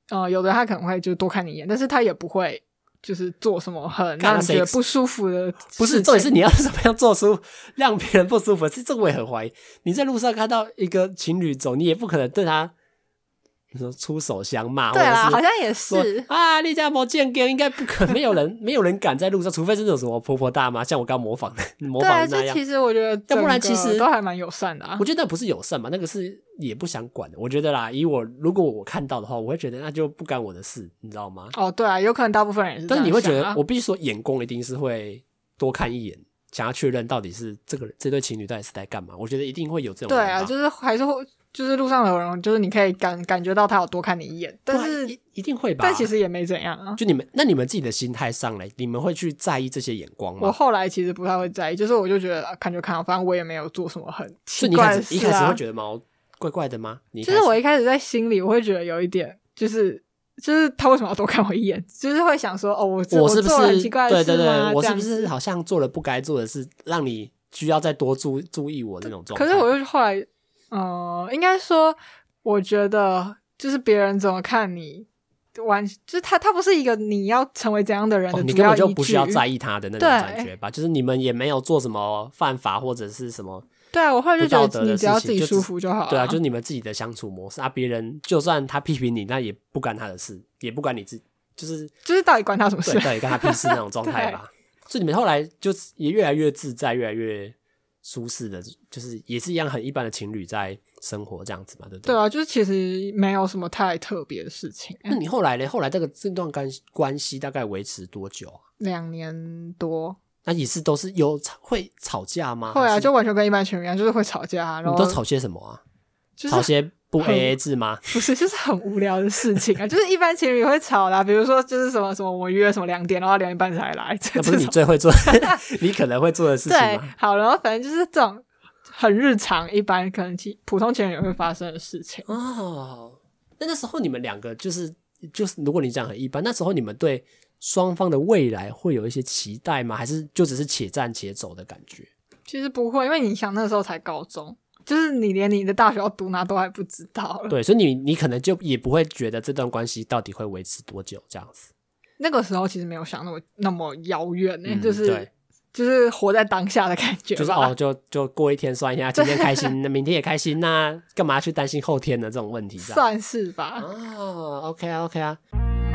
有的人他可能会就多看你一眼，但是他也不会就是做什么很让你觉得不舒服的事情。 不是，重点是你要怎么样做出让别人不舒服，这我也很怀疑。你在路上看到一个情侣走，你也不可能对他说出手相骂， 对啦， 或者是好像也是啊，你家没见过，应该不可能，没有人敢在路上，除非是那种什么婆婆大妈，像我刚模仿的那对， 样。 其实我觉得要不然其实都还蛮友善的啊。 我觉得那不是友善嘛，那个是也不想管的。我觉得啦，如果我看到的话，我会觉得那就不干我的事，你知道吗？ 哦，对啊，有可能大部分人也是这样想啊。 但是你会觉得，我必须说，眼光一定是会多看一眼，想要确认到底是这对情侣到底是在干嘛。我觉得一定会有这种人。 对啊，就是还是会。就是路上有人，就是你可以感觉到他有多看你一眼，但是一定会吧？ 但其实也没怎样啊。 就你们自己的心态上来，你们会去在意这些眼光吗？ 我后来其实不太会在意，就是我就觉得看就看，反正我也没有做什么很奇怪的事啊。 所以你一开始会觉得毛怪怪的吗？ 就是我一开始在心里我会觉得有一点，就是他为什么要多看我一眼？就是会想说，哦，我是不是做了很奇怪的事吗？ 对，我是不是好像做了不该做的事，让你需要再多注意我这种状态？ 可是我就后来，应该说。我觉得就是别人怎么看你，就是他不是一个你要成为怎样的人的主要依据， 你根本就不需要在意他的那种感觉吧？就是你们也没有做什么犯法或者是什么。 对啊，我后来就觉得你只要自己舒服就好了。 对啊，就是你们自己的相处模式啊。别人就算他批评你，那也不干他的事，也不关你自己，就是到底关他什么事？ 对，到底干他屁事那种状态吧。所以你们后来就也越来越自在，越来越舒适的，就是也是一样很一般的情侣在生活这样子嘛，对不对？ 对啊，就是其实没有什么太特别的事情。 那你后来呢？后来这段关系大概维持多久啊 ？2年多。 那也是都是会吵架吗？ 会啊，就完全跟一般情侣一样，就是会吵架啊。然后你都吵些什么啊？ 就是吵些不 AA 制吗？ 不是，就是很无聊的事情啊。就是一般情侣会吵啦，比如说就是什么我约什么2点，然后2点半才来。 那不是你最会做你可能会做的事情吗？ 对，好，然后反正就是这种很日常，一般可能普通情侣会发生的事情。 哦，那时候你们两个就是如果你讲很一般，那时候你们对双方的未来会有一些期待吗？还是就只是且战且走的感觉？ 其实不会，因为你想那时候才高中，就是你连你的大学要读哪都还不知道了。 对，所以你可能就也不会觉得这段关系到底会维持多久这样子。 那个时候其实没有想那么遥远呢，就是活在当下的感觉， 就是就过一天算一天，今天开心，那明天也开心，那干嘛去担心后天的这种问题？ 算是吧。 哦 ，OK 啊，OK 啊。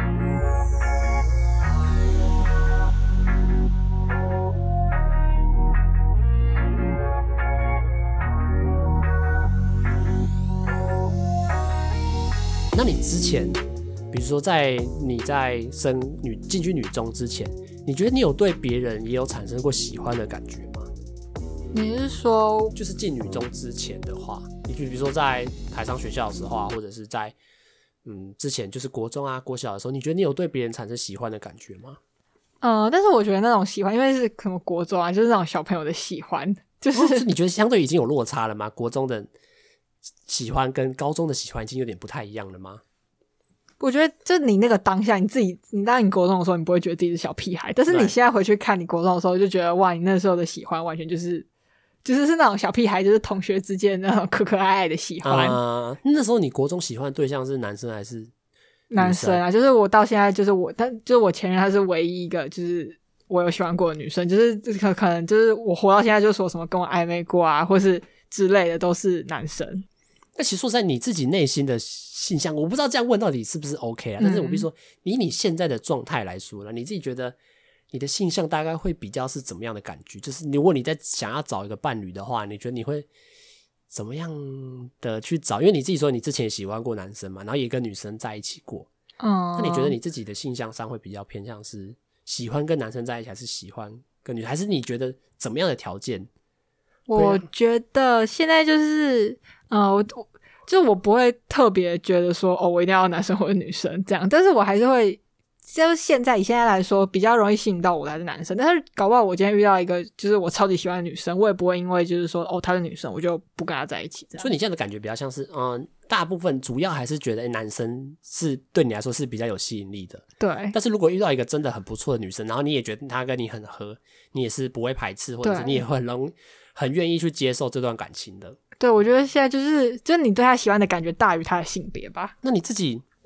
那你之前，比如说你在进军女中之前，你觉得你有对别人也有产生过喜欢的感觉吗？ 你是说， 就是进女中之前的话，你比如说在台商学校的时候啊，或者是在之前就是国中啊、国小的时候，你觉得你有对别人产生喜欢的感觉吗？ 但是我觉得那种喜欢，因为是可能国中啊，就是那种小朋友的喜欢，就是你觉得相对已经有落差了吗？国中的喜欢跟高中的喜欢已经有点不太一样了吗？ 我觉得就你那个当下，你当你国中的时候，你不会觉得自己是小屁孩，但是你现在回去看你国中的时候，就觉得哇，你那时候的喜欢完全就是那种小屁孩，就是同学之间那种可可爱爱的喜欢。 那时候你国中喜欢的对象是男生还是男生啊？就是我到现在就是我前任他是唯一一个就是我有喜欢过的女生，就是可能就是我活到现在就说什么跟我暧昧过啊，或是之类的都是男生。 那其实说在你自己内心的性向，我不知道这样问到底是不是 OK 啊？但是我必须说，以你现在的状态来说呢，你自己觉得你的性向大概会比较是怎么样的感觉？就是如果你在想要找一个伴侣的话，你觉得你会怎么样的去找？因为你自己说你之前也喜欢过男生嘛，然后也跟女生在一起过。那你觉得你自己的性向上会比较偏向是喜欢跟男生在一起，还是喜欢跟女生？还是你觉得怎么样的条件？ 我觉得现在就是就我不会特别觉得说我一定要男生或者女生这样，但是我还是会就是以现在来说比较容易吸引到我的还是男生，但是搞不好我今天遇到一个就是我超级喜欢的女生，我也不会因为就是说她是女生我就不跟她在一起这样。 所以你现在的感觉比较像是大部分主要还是觉得男生是对你来说是比较有吸引力的。 对， 但是如果遇到一个真的很不错的女生，然后你也觉得她跟你很合，你也是不会排斥，或者是你也会很愿意去接受这段感情的。 对，我觉得现在就是你对他喜欢的感觉大于他的性别吧。 那你自己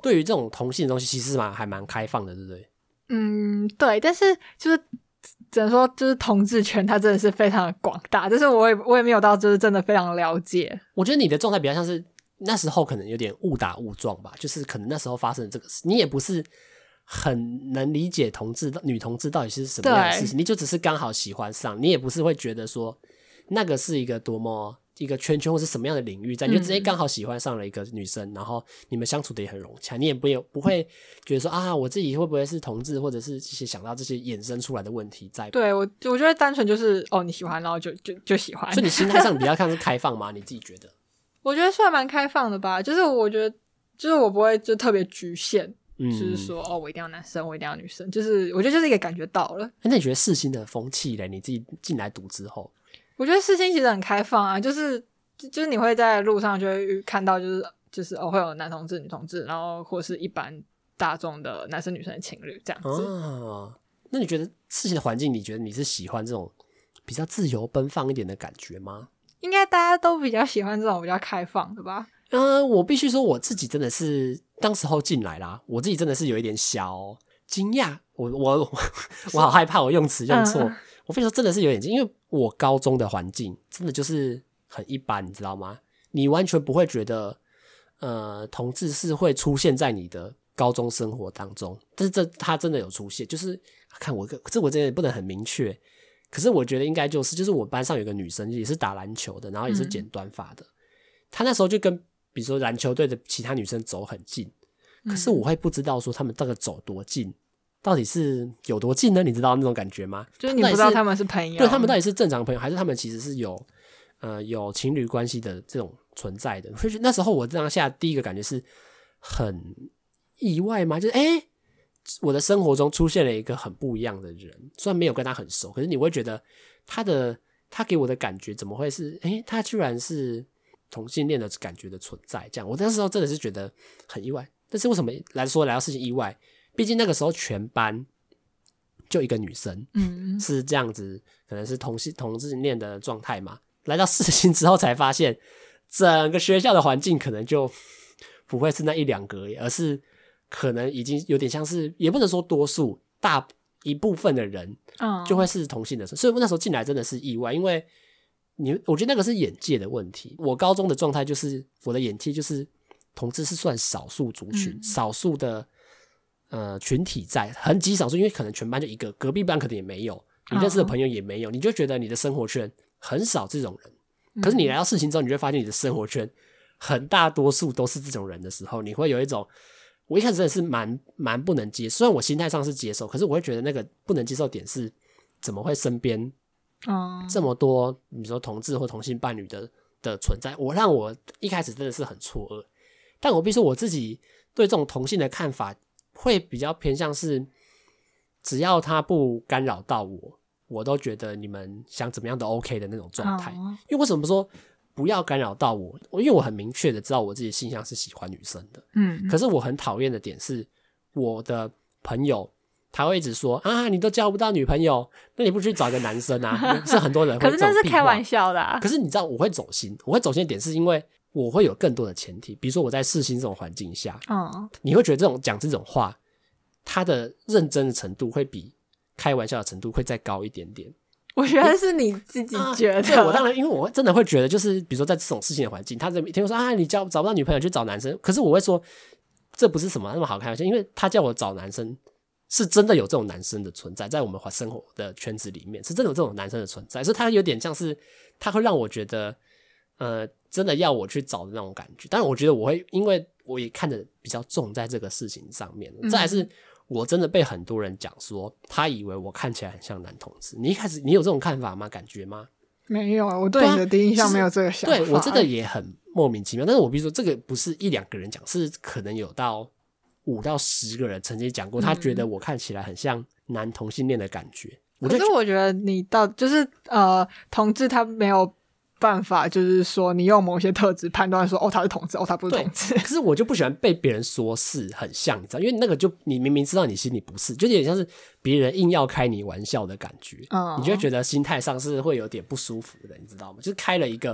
对于这种同性的东西其实还蛮开放的，对不对？ 对，但是就是只能说就是同志圈它真的是非常的广大，就是我也没有到就是真的非常了解。 我觉得你的状态比较像是那时候可能有点误打误撞吧，就是可能那时候发生的这个事，你也不是很能理解女同志到底是什么样的事情，你就只是刚好喜欢上，你也不是会觉得说那个是一个多么一个圈或是什么样的领域在，你就直接刚好喜欢上了一个女生，然后你们相处的也很融洽，你也不会觉得说啊，我自己会不会是同志，或者是这些想到这些衍生出来的问题在。 对，我觉得单纯就是你喜欢，然后就喜欢。 所以你心态上比较像是开放吗？你自己觉得？ 我觉得算蛮开放的吧，就是我觉得就是我不会就特别局限。就是说我一定要男生，我一定要女生，就是我觉得就是一个感觉到了。 那你觉得世新的风气嘞？你自己进来读之后， 我觉得世新其实很开放啊，就是你会在路上就会看到就是会有男同志、女同志，然后或是一般大众的男生女生的情侣这样子。 那你觉得世新的环境，你觉得你是喜欢这种比较自由奔放一点的感觉吗？ 应该大家都比较喜欢这种比较开放的吧。 我必须说我自己真的是当时候进来啦，我自己真的是有一点小惊讶，我好害怕我用词用错。我必须说真的是有点惊讶，因为我高中的环境真的就是很一般，你知道吗？你完全不会觉得同志是会出现在你的高中生活当中，但是它真的有出现，就是看我真的不能很明确，可是我觉得应该就是我班上有个女生也是打篮球的，然后也是剪短发的，她那时候就跟比如说篮球队的其他女生走很近，可是我会不知道说他们这个走多近，到底是有多近呢？你知道那种感觉吗？ 就是你不知道他们是朋友， 对，他们到底是正常朋友，还是他们其实是有情侣关系的这种存在的？所以那时候我当下第一个感觉是很意外嘛，就是我的生活中出现了一个很不一样的人，虽然没有跟他很熟，可是你会觉得他给我的感觉怎么会是他居然是同性恋的感觉的存在，这样我那时候真的是觉得很意外。但是为什么来到事情意外？毕竟那个时候全班就一个女生，是这样子，可能是同性恋的状态嘛。来到世新之后才发现，整个学校的环境可能就不会是那一两个而已，而是可能已经有点像是，也不能说多数，大一部分的人就会是同性的，所以我那时候进来真的是意外，因为我觉得那个是眼界的问题。我高中的状态就是我的眼界就是同志是算少数族群，少数的群体在，很极少数，因为可能全班就一个，隔壁班可能也没有，你认识的朋友也没有，你就觉得你的生活圈很少这种人。可是你来到世新之后，你就会发现你的生活圈很大多数都是这种人的时候，你会有一种，我一开始真的是蛮不能接受，虽然我心态上是接受，可是我会觉得那个不能接受点是怎么会身边这么多你说同志或同性伴侣的存在，让我一开始真的是很错愕。但我必须说我自己对这种同性的看法会比较偏向是，只要他不干扰到我都觉得你们想怎么样都 OK 的那种状态。因为为什么说不要干扰到我？因为我很明确的知道我自己的性向是喜欢女生的。可是我很讨厌的点是，我的朋友他会一直说啊，你都交不到女朋友，那你不去找个男生啊？是很多人会这种屁话。 可是那是开玩笑的啊。 可是你知道我会走心的点是因为我会有更多的前提，比如说我在世新这种环境下，你会觉得讲这种话，他的认真的程度会比开玩笑的程度会再高一点点。 我觉得是你自己觉得。 对，我当然，因为我真的会觉得，就是比如说在这种事情的环境，他听我说啊，你找不到女朋友去找男生，可是我会说这不是什么那么好开玩笑，因为他叫我找男生，是真的有这种男生的存在，在我们生活的圈子里面是真的有这种男生的存在，所以他有点像是他会让我觉得真的要我去找的那种感觉。当然我觉得我会，因为我也看得比较重在这个事情上面。再来是我真的被很多人讲说他以为我看起来很像男同志。你一开始你有这种看法吗？感觉吗？ 没有，我对你的第一印象没有这个想法。 对，我真的也很莫名其妙。但是我比如说这个不是一两个人讲，是可能有到5到10个人曾经讲过，他觉得我看起来很像男同性恋的感觉。 可是我觉得你到就是同志他没有办法，就是说你用某些特质判断说他是同志，他不是同志。 可是我就不喜欢被别人说是很像，你知道，因为那个就你明明知道你心里不是，就有点像是别人硬要开你玩笑的感觉。你就会觉得心态上是会有点不舒服的，你知道吗？就是开了一个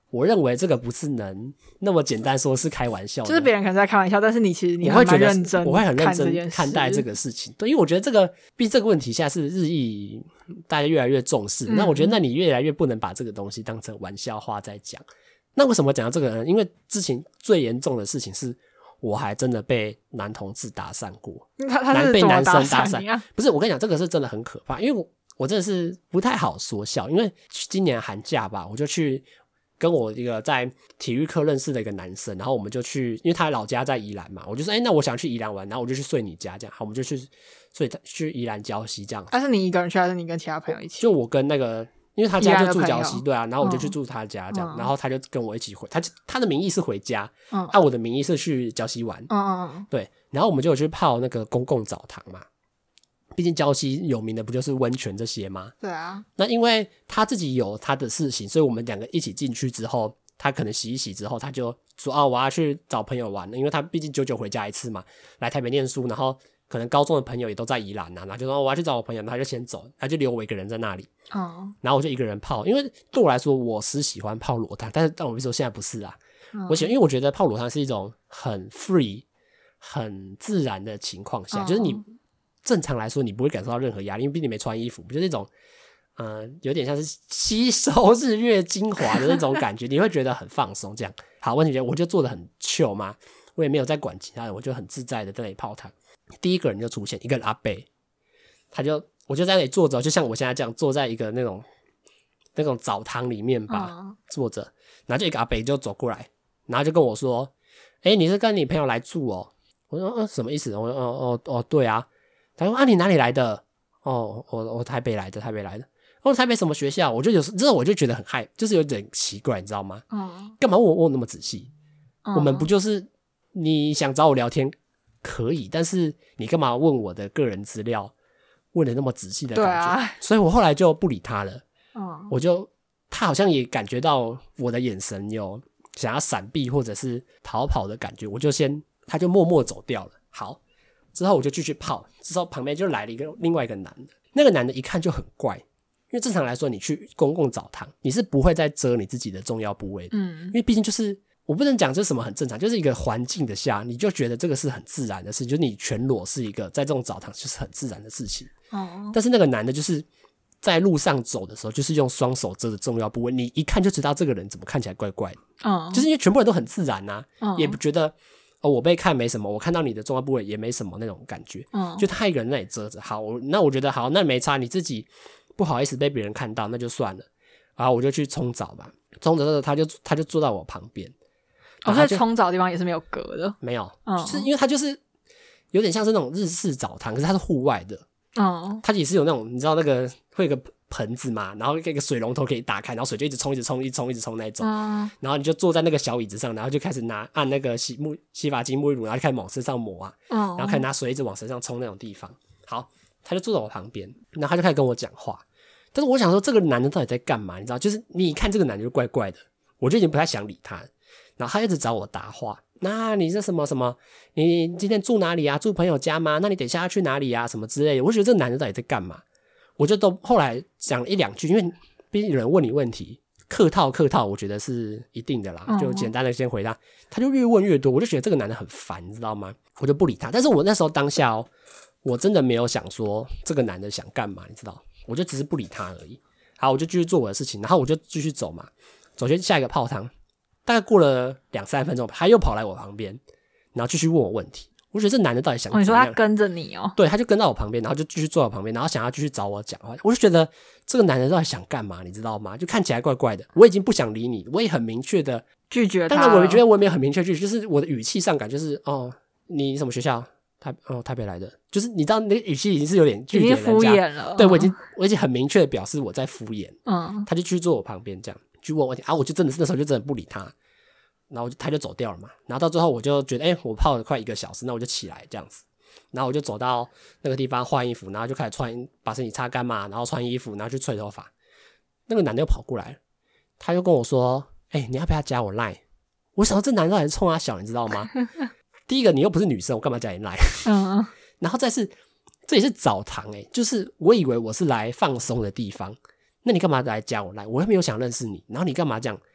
我认为这个不是能那么简单说是开玩笑的， 就是别人可能在开玩笑，但是你其实你还蛮认真， 我会很认真看待这个事情。对，因为我觉得毕竟这个问题现在是日益大家越来越重视，那我觉得那你越来越不能把这个东西当成玩笑话在讲。那为什么讲到这个呢？因为之前最严重的事情是我还真的被男同志搭讪过， 他是被男生搭讪， 不是，我跟你讲，这个是真的很可怕，因为我真的是不太好说笑，因为今年寒假吧，我就去跟我一个在体育课认识的一个男生，然后我们就去，因为他老家在宜兰嘛，我就说那我想去宜兰玩，然后我就去睡你家这样，好，我们就去宜兰礁溪这样。 但是你一个人去还是你跟其他朋友一起？ 就我跟那个，因为他家就住礁溪，对啊，然后我就去住他家这样，然后他就跟我一起回，他的名义是回家，按我的名义是去礁溪玩，对，然后我们就有去泡那个公共澡堂嘛。毕竟礁溪有名的不就是温泉这些吗？ 对啊。 那因为他自己有他的事情，所以我们两个一起进去之后，他可能洗一洗之后，他就说我要去找朋友玩了，因为他毕竟久久回家一次嘛，来台北念书，然后可能高中的朋友也都在宜兰然后就说我要去找我朋友，然后他就先走，他就留我一个人在那里。然后我就一个人泡，因为对我来说我是喜欢泡裸汤，但我说现在不是啊。我喜欢，因为我觉得泡裸汤是一种很 free 很自然的情况下，就是你正常来说你不会感受到任何压力，因为毕竟没穿衣服，就是那种有点像是吸收日月精华的那种感觉，你会觉得很放松这样。好，问题我就做得很 chill 嘛，我也没有在管其他人，我就很自在的在那里泡汤。第一个人就出现一个阿伯，我就在那里坐着，就像我现在这样坐在一个那种澡堂里面吧，坐着，然后就一个阿伯就走过来，然后就跟我说你是跟你朋友来住哦？我说什么意思？我说对啊。他说你哪里来的？我台北来的。台北什么学校？我就觉得很害，就是有点奇怪，你知道吗？干嘛问我那么仔细？我们不就是你想找我聊天可以，但是你干嘛问我的个人资料，问的那么仔细的感觉？对啊，所以我后来就不理他了。他好像也感觉到我的眼神有想要闪避或者是逃跑的感觉，他就默默走掉了。好。之后我就继续泡，之后旁边就来了另外一个男的，那个男的一看就很怪，因为正常来说你去公共澡堂你是不会再遮你自己的重要部位的，因为毕竟就是我不能讲这是什么很正常，就是一个环境的下你就觉得这个是很自然的事情，就是你全裸是一个在这种澡堂就是很自然的事情。但是那个男的就是在路上走的时候就是用双手遮着重要部位，你一看就知道这个人怎么看起来怪怪的，就是因为全部人都很自然啊，也不觉得我被看没什么，我看到你的重要部位也没什么那种感觉，就他一个人在那里遮着。好，那我觉得好，那没差，你自己不好意思被别人看到那就算了。然后我就去冲澡嘛，冲澡的时候他就坐到我旁边。 所以冲澡的地方也是没有隔的？没有，就是因为他就是有点像是那种日式澡堂，可是它是户外的。它也是有那种你知道那个会有个盆子嘛，然后一个水龙头可以打开，然后水就一直冲那一种，然后你就坐在那个小椅子上，然后就开始按那个洗发精沐浴乳，然后就开始往身上抹啊，然后开始拿水一直往身上冲那种地方。好，他就坐在我旁边，然后他就开始跟我讲话，但是我想说这个男的到底在干嘛，你知道，就是你一看这个男的就怪怪的，我就已经不太想理他，然后他一直找我搭话，那你是什么什么？你今天住哪里啊？住朋友家吗？那你等一下要去哪里啊？什么之类的。我觉得这个男的到底在干嘛？我就都后来讲了一两句，因为毕竟有人问你问题，客套，我觉得是一定的啦，就简单的先回答。他就越问越多，我就觉得这个男的很烦，你知道吗？我就不理他。但是我那时候当下我真的没有想说这个男的想干嘛，你知道？我就只是不理他而已。好，我就继续做我的事情，然后我就继续走嘛，走去下一个泡汤。大概过了2-3分钟，他又跑来我旁边，然后继续问我问题。我觉得这男的到底想怎么样？ 你说他跟着你哦？ 对，他就跟到我旁边，然后就继续坐我旁边，然后想要继续找我讲话。我就觉得这个男的到底想干嘛，你知道吗？就看起来怪怪的。我已经不想理你，我也很明确的拒绝他。 当然，我觉得我也没有很明确拒绝，就是我的语气上感就是你什么学校？台北来的，就是你知道那个语气已经是有点拒绝人家， 已经敷衍了。 对，我已经很明确的表示我在敷衍。他就继续坐我旁边这样去问问题啊，我就真的是那时候就真的不理他。然后他就走掉了嘛，然后到最后我就觉得我泡了快1个小时，那我就起来这样子，然后我就走到那个地方换衣服，然后就开始把身体擦干嘛，然后穿衣服，然后去吹头发。那个男的又跑过来了，他就跟我说你要不要加我 LINE？ 我想说这男的还是冲他小，你知道吗？第一个你又不是女生，我干嘛加你 LINE？ 然后再是这也是澡堂就是我以为我是来放松的地方，那你干嘛来加我 LINE？ 我又没有想认识你，然后你干嘛这样？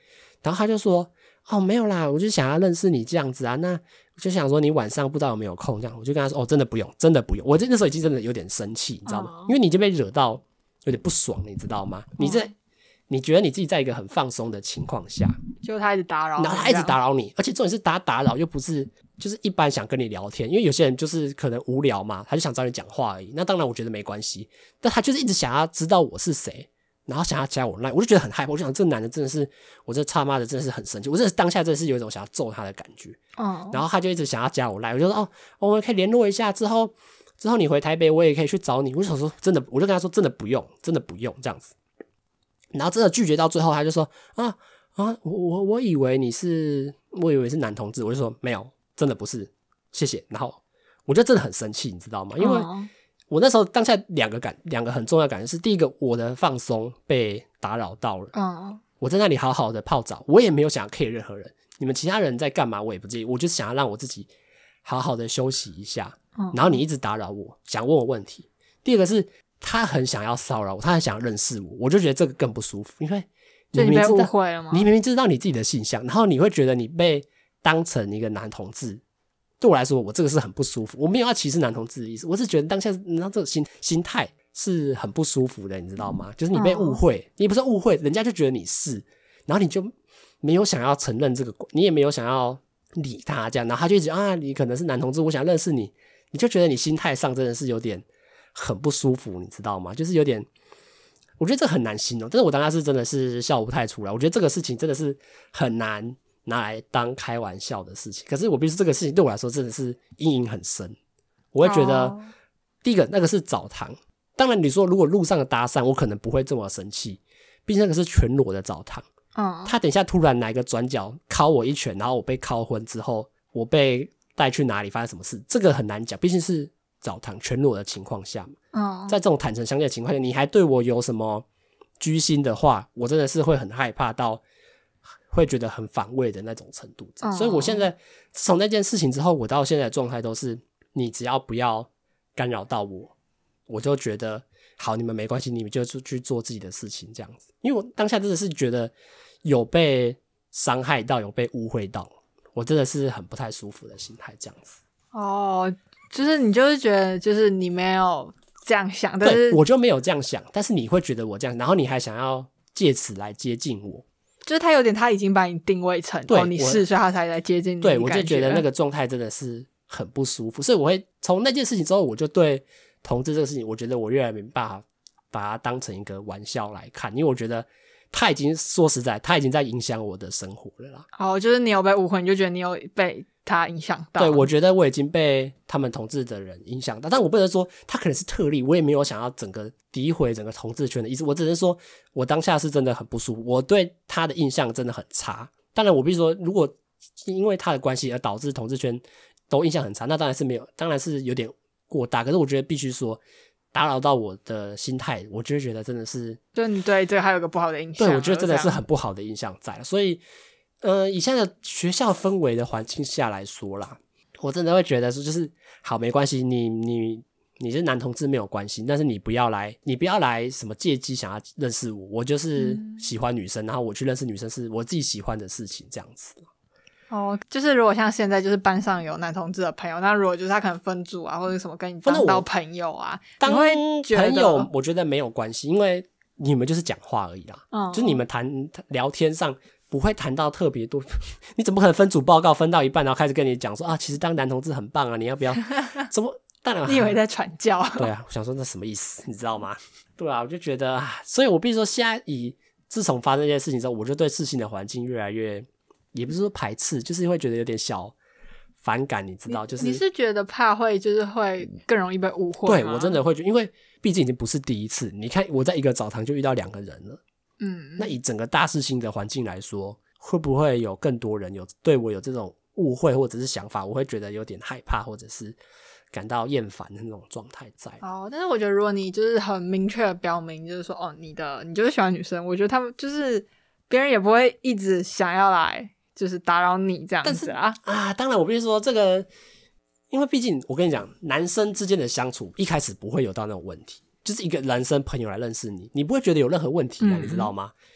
然后他就说哦没有啦，我就想要认识你这样子啊，那我就想说你晚上不知道有没有空这样。我就跟他说哦真的不用，真的不用。我那时候已经真的有点生气你知道吗？因为你已经被惹到有点不爽你知道吗？你觉得你自己在一个很放松的情况下， 就他一直打扰你， 然后他一直打扰你，而且重点是他打扰又不是就是一般想跟你聊天，因为有些人就是可能无聊嘛，他就想找你讲话而已，那当然我觉得没关系，但他就是一直想要知道我是谁，然后想要加我 LINE， 我就觉得很害怕，我就想这个男的真的是，我这他妈的真的是很生气，我真的当下真的是有一种想要揍他的感觉，然后他就一直想要加我 LINE， 我就说哦我们可以联络一下，之后你回台北我也可以去找你，我就想说真的，我就跟他说真的不用这样子，然后真的拒绝到最后，他就说我以为是男同志，我就说没有，真的不是，谢谢。然后我就真的很生气，你知道吗？因为我那时候当下两个很重要的感觉是，第一个我的放松被打扰到了，我在那里好好的泡澡，我也没有想要 care 任何人，你们其他人在干嘛我也不介意，我就是想要让我自己好好的休息一下，然后你一直打扰我，想问我问题。第二个是他很想要骚扰我，他很想要认识我，我就觉得这个更不舒服，因为你被误会了吗？ 你明明知道你自己的性向，然后你会觉得你被当成一个男同志，对我来说我这个是很不舒服，我没有要歧视男同志的意思，我是觉得当下你知道这个心态是很不舒服的，你知道吗？就是你被误会，你不是误会，人家就觉得你是，然后你就没有想要承认这个，你也没有想要理他这样，然后他就一直你可能是男同志，我想认识你，你就觉得你心态上真的是有点很不舒服，你知道吗？就是有点，我觉得这很难形容，但是我当下是真的是笑不太出来，我觉得这个事情真的是很难拿来当开玩笑的事情，可是我必须这个事情对我来说真的是阴影很深，我会觉得第一个那个是澡堂，当然你说如果路上的搭讪我可能不会这么生气，毕竟那个是全裸的澡堂，他等一下突然来个转角敲我一拳，然后我被敲昏之后我被带去哪里发生什么事，这个很难讲，毕竟是澡堂全裸的情况下在这种坦诚相见的情况下你还对我有什么居心的话，我真的是会很害怕到会觉得很反胃的那种程度，所以我现在从那件事情之后，我到现在的状态都是你只要不要干扰到我就觉得好，你们没关系，你们就去做自己的事情这样子，因为我当下真的是觉得有被伤害到，有被误会到，我真的是很不太舒服的心态这样子。 就是你就是觉得就是你没有这样想，但是对，我就没有这样想，但是你会觉得我这样，然后你还想要借此来接近我， 就是他有点他已经把你定位成你是，所以他才来接近你， 对，我就觉得那个状态真的是很不舒服，所以我会从那件事情之后，我就对同志这个事情，我觉得我越来越没办法把它当成一个玩笑来看，因为我觉得他已经说实在他已经在影响我的生活了啦。 就是你有被误会，你就觉得你有被他影响到。 对，我觉得我已经被他们同志的人影响到，但我不能说他可能是特例，我也没有想要整个诋毁整个同志圈的意思，我只是说我当下是真的很不舒服，我对他的印象真的很差。当然我必须说，如果因为他的关系而导致同志圈都印象很差，那当然是没有，当然是有点过大，可是我觉得必须说打扰到我的心态，我就觉得真的是就你对这个还有个不好的印象， 对，我觉得真的是很不好的印象在了，所以以现在的学校氛围的环境下来说啦，我真的会觉得说就是好，没关系，你是男同志没有关系，但是你不要来什么借机想要认识我就是喜欢女生，然后我去认识女生是我自己喜欢的事情这样子。 就是如果像现在就是班上有男同志的朋友，那如果就是他可能分组啊或者什么跟你当到朋友啊， 当你会觉得朋友我觉得没有关系，因为你们就是讲话而已啦，就是你们聊天上不会谈到特别多你怎么可能分组报告分到一半然后开始跟你讲说其实当男同志很棒啊，你要不要怎么当然你以为在传教对啊，我想说那什么意思你知道吗？对啊，我就觉得所以我必须说现在自从发生这件事情之后，我就对事情的环境越来越也不是说排斥，就是会觉得有点小反感，你知道，就是你是觉得怕会就是会更容易被误会吗？ 对，我真的会觉得，因为毕竟已经不是第一次，你看我在一个澡堂就遇到2个人了，那以整个大事情的环境来说，会不会有更多人对我有这种误会或者是想法，我会觉得有点害怕或者是感到厌烦的那种状态在。 但是我觉得如果你就是很明确的表明就是说你就是喜欢女生，我觉得他们就是别人也不会一直想要来就是打扰你这样子当然我必须说这个，因为毕竟我跟你讲，男生之间的相处一开始不会有到那种问题，就是一个男生朋友来认识你，你不会觉得有任何问题你知道吗？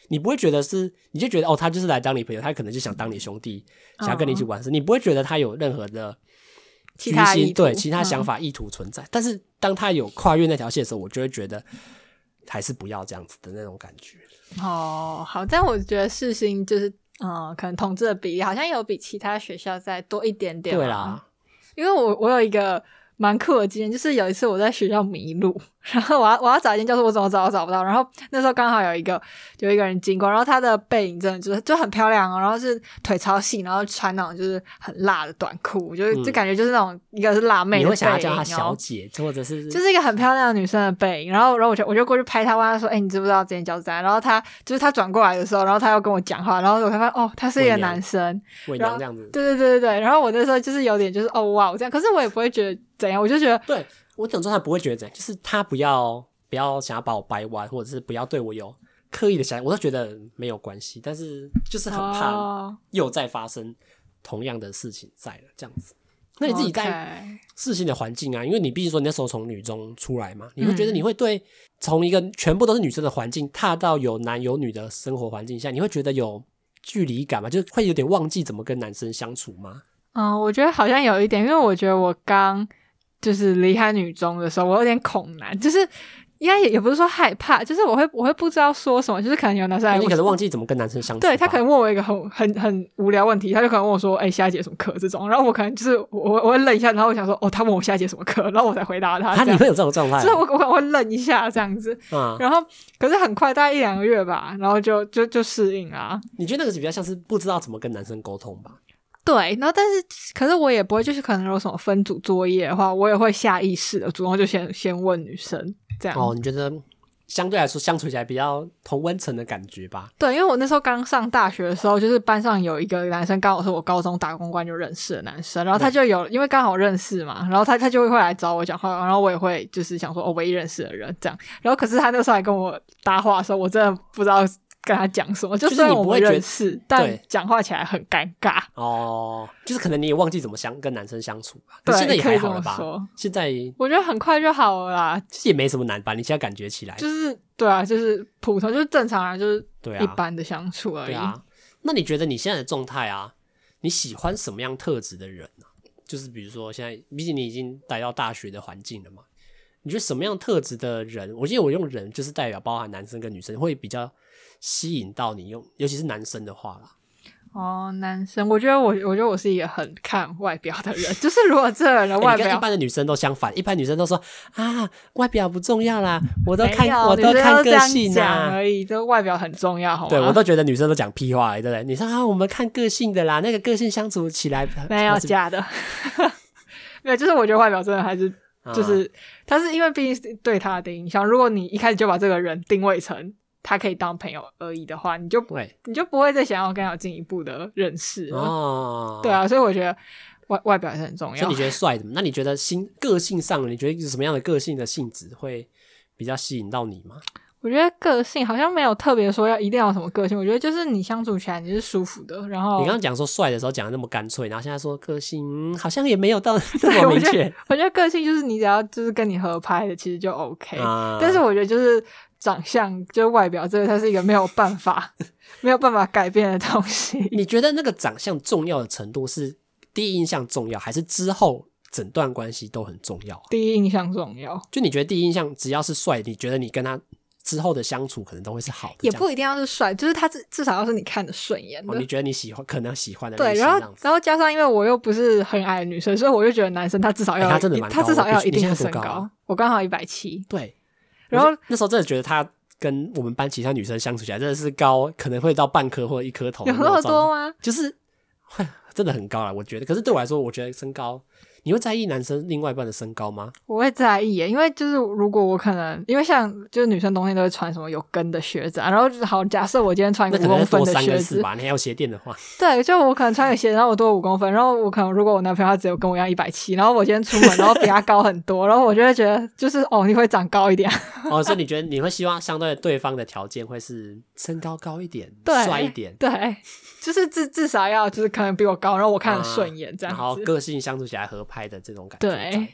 你不会觉得是，你就觉得哦，他就是来当你朋友，他可能就想当你兄弟，想要跟你一起玩事，你不会觉得他有任何的其他意图， 对其他想法意图存在。但是当他有跨越那条线的时候，我就会觉得还是不要这样子的那种感觉。 哦，好，但我觉得世新就是可能同志的比例好像有比其他学校再多一点点。 对啦， 因为我有一个蛮酷的经验，就是有一次我在学校迷路，然后我要找一间教室，我怎么找都找不到，然后那时候刚好有一个人经过，然后他的背影真的就很漂亮哦，然后是腿超细，然后穿那种就是很辣的短裤，就感觉就是那种一个是辣妹的背影， 你会想要叫她小姐，或者是就是一个很漂亮的女生的背影，然后我就过去拍她，问她说：“你知不知道这间教室在哪？”然后她转过来的时候，然后她又跟我讲话，然后我才发现哦，他是一个男生， 伪娘这样子。 对，然后我那时候就是有点就是哦哇这样，可是我也不会觉得怎样，我就觉得对我整状态不会觉得怎样，就是他不要想要把我掰弯，或者是不要对我有刻意的想法，我都觉得没有关系，但是就是很怕又再发生同样的事情在了这样子。那你自己在世新的环境啊，因为你毕竟说你那时候从女中出来嘛，你会觉得你会对从一个全部都是女生的环境踏到有男有女的生活环境下，你会觉得有距离感吗？就会有点忘记怎么跟男生相处吗？ 我觉得好像有一点，因为我觉得我刚就是离开女中的时候，我有点恐男，就是应该也不是说害怕，就是我会不知道说什么，就是可能有男生来， 你可能忘记怎么跟男生相处。 对，他可能问我一个很无聊问题，他就可能问我说：“下一节什么课？”这种，然后我可能就是我会愣一下，然后我想说：“他问我下一节什么课？”然后我才回答他。 你会有这种状态？ 就是我可能会愣一下这样子，然后可是很快，大概1-2个月吧，然后就适应啊。 你觉得那个是比较像是不知道怎么跟男生沟通吧？ 对，然后可是我也不会，就是可能有什么分组作业的话，我也会下意识的主动就先问女生这样。 你觉得相对来说相处起来比较同温层的感觉吧？ 对，因为我那时候刚上大学的时候，就是班上有一个男生，刚好是我高中打工关就认识的男生，然后他就因为刚好认识嘛，然后他就会来找我讲话，然后我也会就是想说唯一认识的人这样，然后可是他那时候还跟我搭话的时候，我真的不知道跟他讲什么，就虽然我们认识，但讲话起来很尴尬。 就是可能你也忘记怎么跟男生相处吧。 对， 现在也还好了吧？ 说现在我觉得很快就好了啦， 其实也没什么难吧？你现在感觉起来就是对啊，就是普通，就是正常人，就是一般的相处而已。 对啊，那你觉得你现在的状态啊，你喜欢什么样特质的人啊？就是比如说现在，毕竟你已经来到大学的环境了嘛，你觉得什么样特质的人？我记得我用人就是代表包含男生跟女生，会比较吸引到你尤其是男生的话啦。 男生，我觉得我是一个很看外表的人，就是如果这个人的外表， 跟一般的女生都相反，一般女生都说啊，外表不重要啦，我都看个性啊而已，就外表很重要，好吗？ 对，我都觉得女生都讲屁话，对不对？你说我们看个性的啦，那个个性相处起来没有假的，没有，就是我觉得外表真的还是就是他是因为毕竟是对他的影响，如果你一开始就把这个人定位成他可以当朋友而已的话，你就不会再想要跟他有进一步的认识了。对啊，所以我觉得外表还是很重要。 所以你觉得帅的？那你觉得个性上，你觉得什么样的个性的性质会比较吸引到你吗？ 我觉得个性好像没有特别说一定要有什么个性，我觉得就是你相处起来你是舒服的。然后你刚刚讲说帅的时候讲的那么干脆，然后现在说个性，好像也没有到那么明确。 我觉得个性就是你只要就是跟你合拍的，其实就 OK。但是我觉得就是长相，就是外表，这个它是一个没有办法改变的东西。 你觉得那个长相重要的程度是第一印象重要，还是之后整段关系都很重要？ 第一印象重要。就你觉得第一印象只要是帅，你觉得你跟他之后的相处可能都会是好的？ 也不一定要是帅，就是他至少要是你看得顺眼的。 你觉得你可能喜欢的类型。对，然后加上因为我又不是很矮的女生，所以我就觉得男生他至少要他真的蛮高， 他至少要有一定的身高。 我刚好170。 对， 然后那时候真的觉得他跟我们班其他女生相处起来真的是高，可能会到半颗或1颗头。 有那么多吗？ 就是真的很高啦，我觉得。可是对我来说，我觉得身高。你会在意男生另外一半的身高吗？ 我会在意耶，因为就是如果我可能因为像就是女生冬天都会穿什么有跟的靴子然后就是好假设我今天穿一个5公分的靴子， 吧，你还有鞋垫的话， 对，就我可能穿个鞋，然后我多5公分，然后我可能如果我男朋友他只有跟我一样170，然后我今天出门然后比他高很多，然后我就会觉得就是你会长高一点所以你觉得你会希望相对对方的条件会是身高高一点，帅一点， 对，就是至少要就是可能比我高，然后我看得顺眼这样子， 然后个性相处起来合拍的这种感觉。对，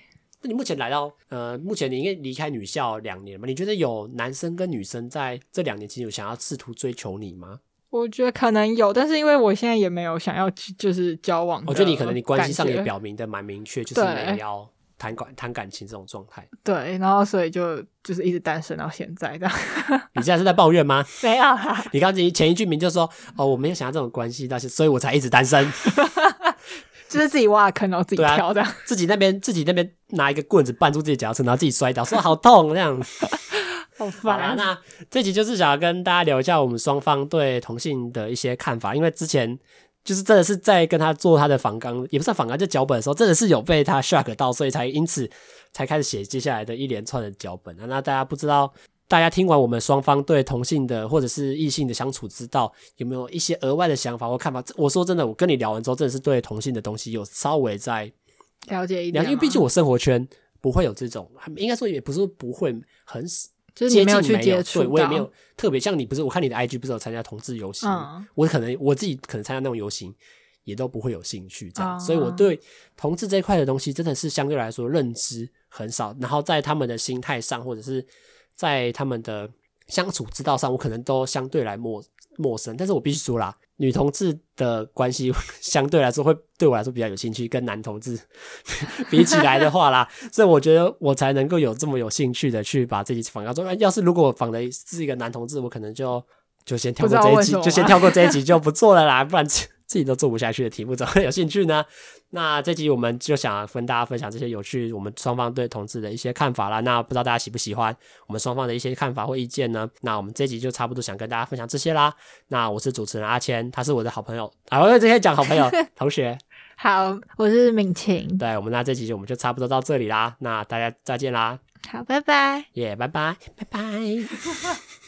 那你目前来到目前你应该离开女校2年嘛？你觉得有男生跟女生在这2年期间有想要试图追求你吗？ 我觉得可能有，但是因为我现在也没有想要就是交往的， 我觉得你可能你关系上也表明的蛮明确，就是没有要谈感情这种状态。 对，然后所以就是一直单身到现在这样。 你现在是在抱怨吗？ 没有啦， 你刚才前一句明就说我没有想要这种关系，所以我才一直单身。 就是自己挖坑然后自己跳的、 自己那边拿一个棍子绊住自己脚趾，然后自己摔倒，说好痛这样。 好烦啊！ 那这集就是想要跟大家聊一下我们双方对同性的一些看法，因为之前就是真的是在跟他做他的访纲，也不算访纲，就脚本的时候，真的是有被他 shock 到，所以因此才开始写接下来的一连串的脚本。那大家不知道，大家听完我们双方对同性的或者是异性的相处之道，有没有一些额外的想法或看法？我说真的，我跟你聊完之后，真的是对同性的东西有稍微在了解一点， 因为毕竟我生活圈不会有这种，应该说也不是不会很就是你没有去接触到， 对，我也没有特别像你，不是我看你的 IG 不是有参加同志游行，我自己可能参加那种游行也都不会有兴趣这样，所以我对同志这一块的东西真的是相对来说认知很少，然后在他们的心态上或者是在他们的相处之道上，我可能都相对来陌生，但是我必须说啦，女同志的关系相对来说会对我来说比较有兴趣，跟男同志比起来的话啦，所以我觉得我才能够有这么有兴趣的去把这集访纲做。要是如果访的是一个男同志，我可能就先跳过这一集，就先跳过这一集就不做了啦，不然自己都做不下去的题目怎么会有兴趣呢？那这集我们就想跟大家分享这些有趣我们双方对同志的一些看法啦。那不知道大家喜不喜欢我们双方的一些看法或意见呢？那我们这集就差不多想跟大家分享这些啦。那我是主持人阿谦，他是我的好朋友我直接讲好朋友同学。 好，我是敏晴。 对，我们那这集我们就差不多到这里啦。那大家再见啦。 好，拜拜。 拜拜拜拜。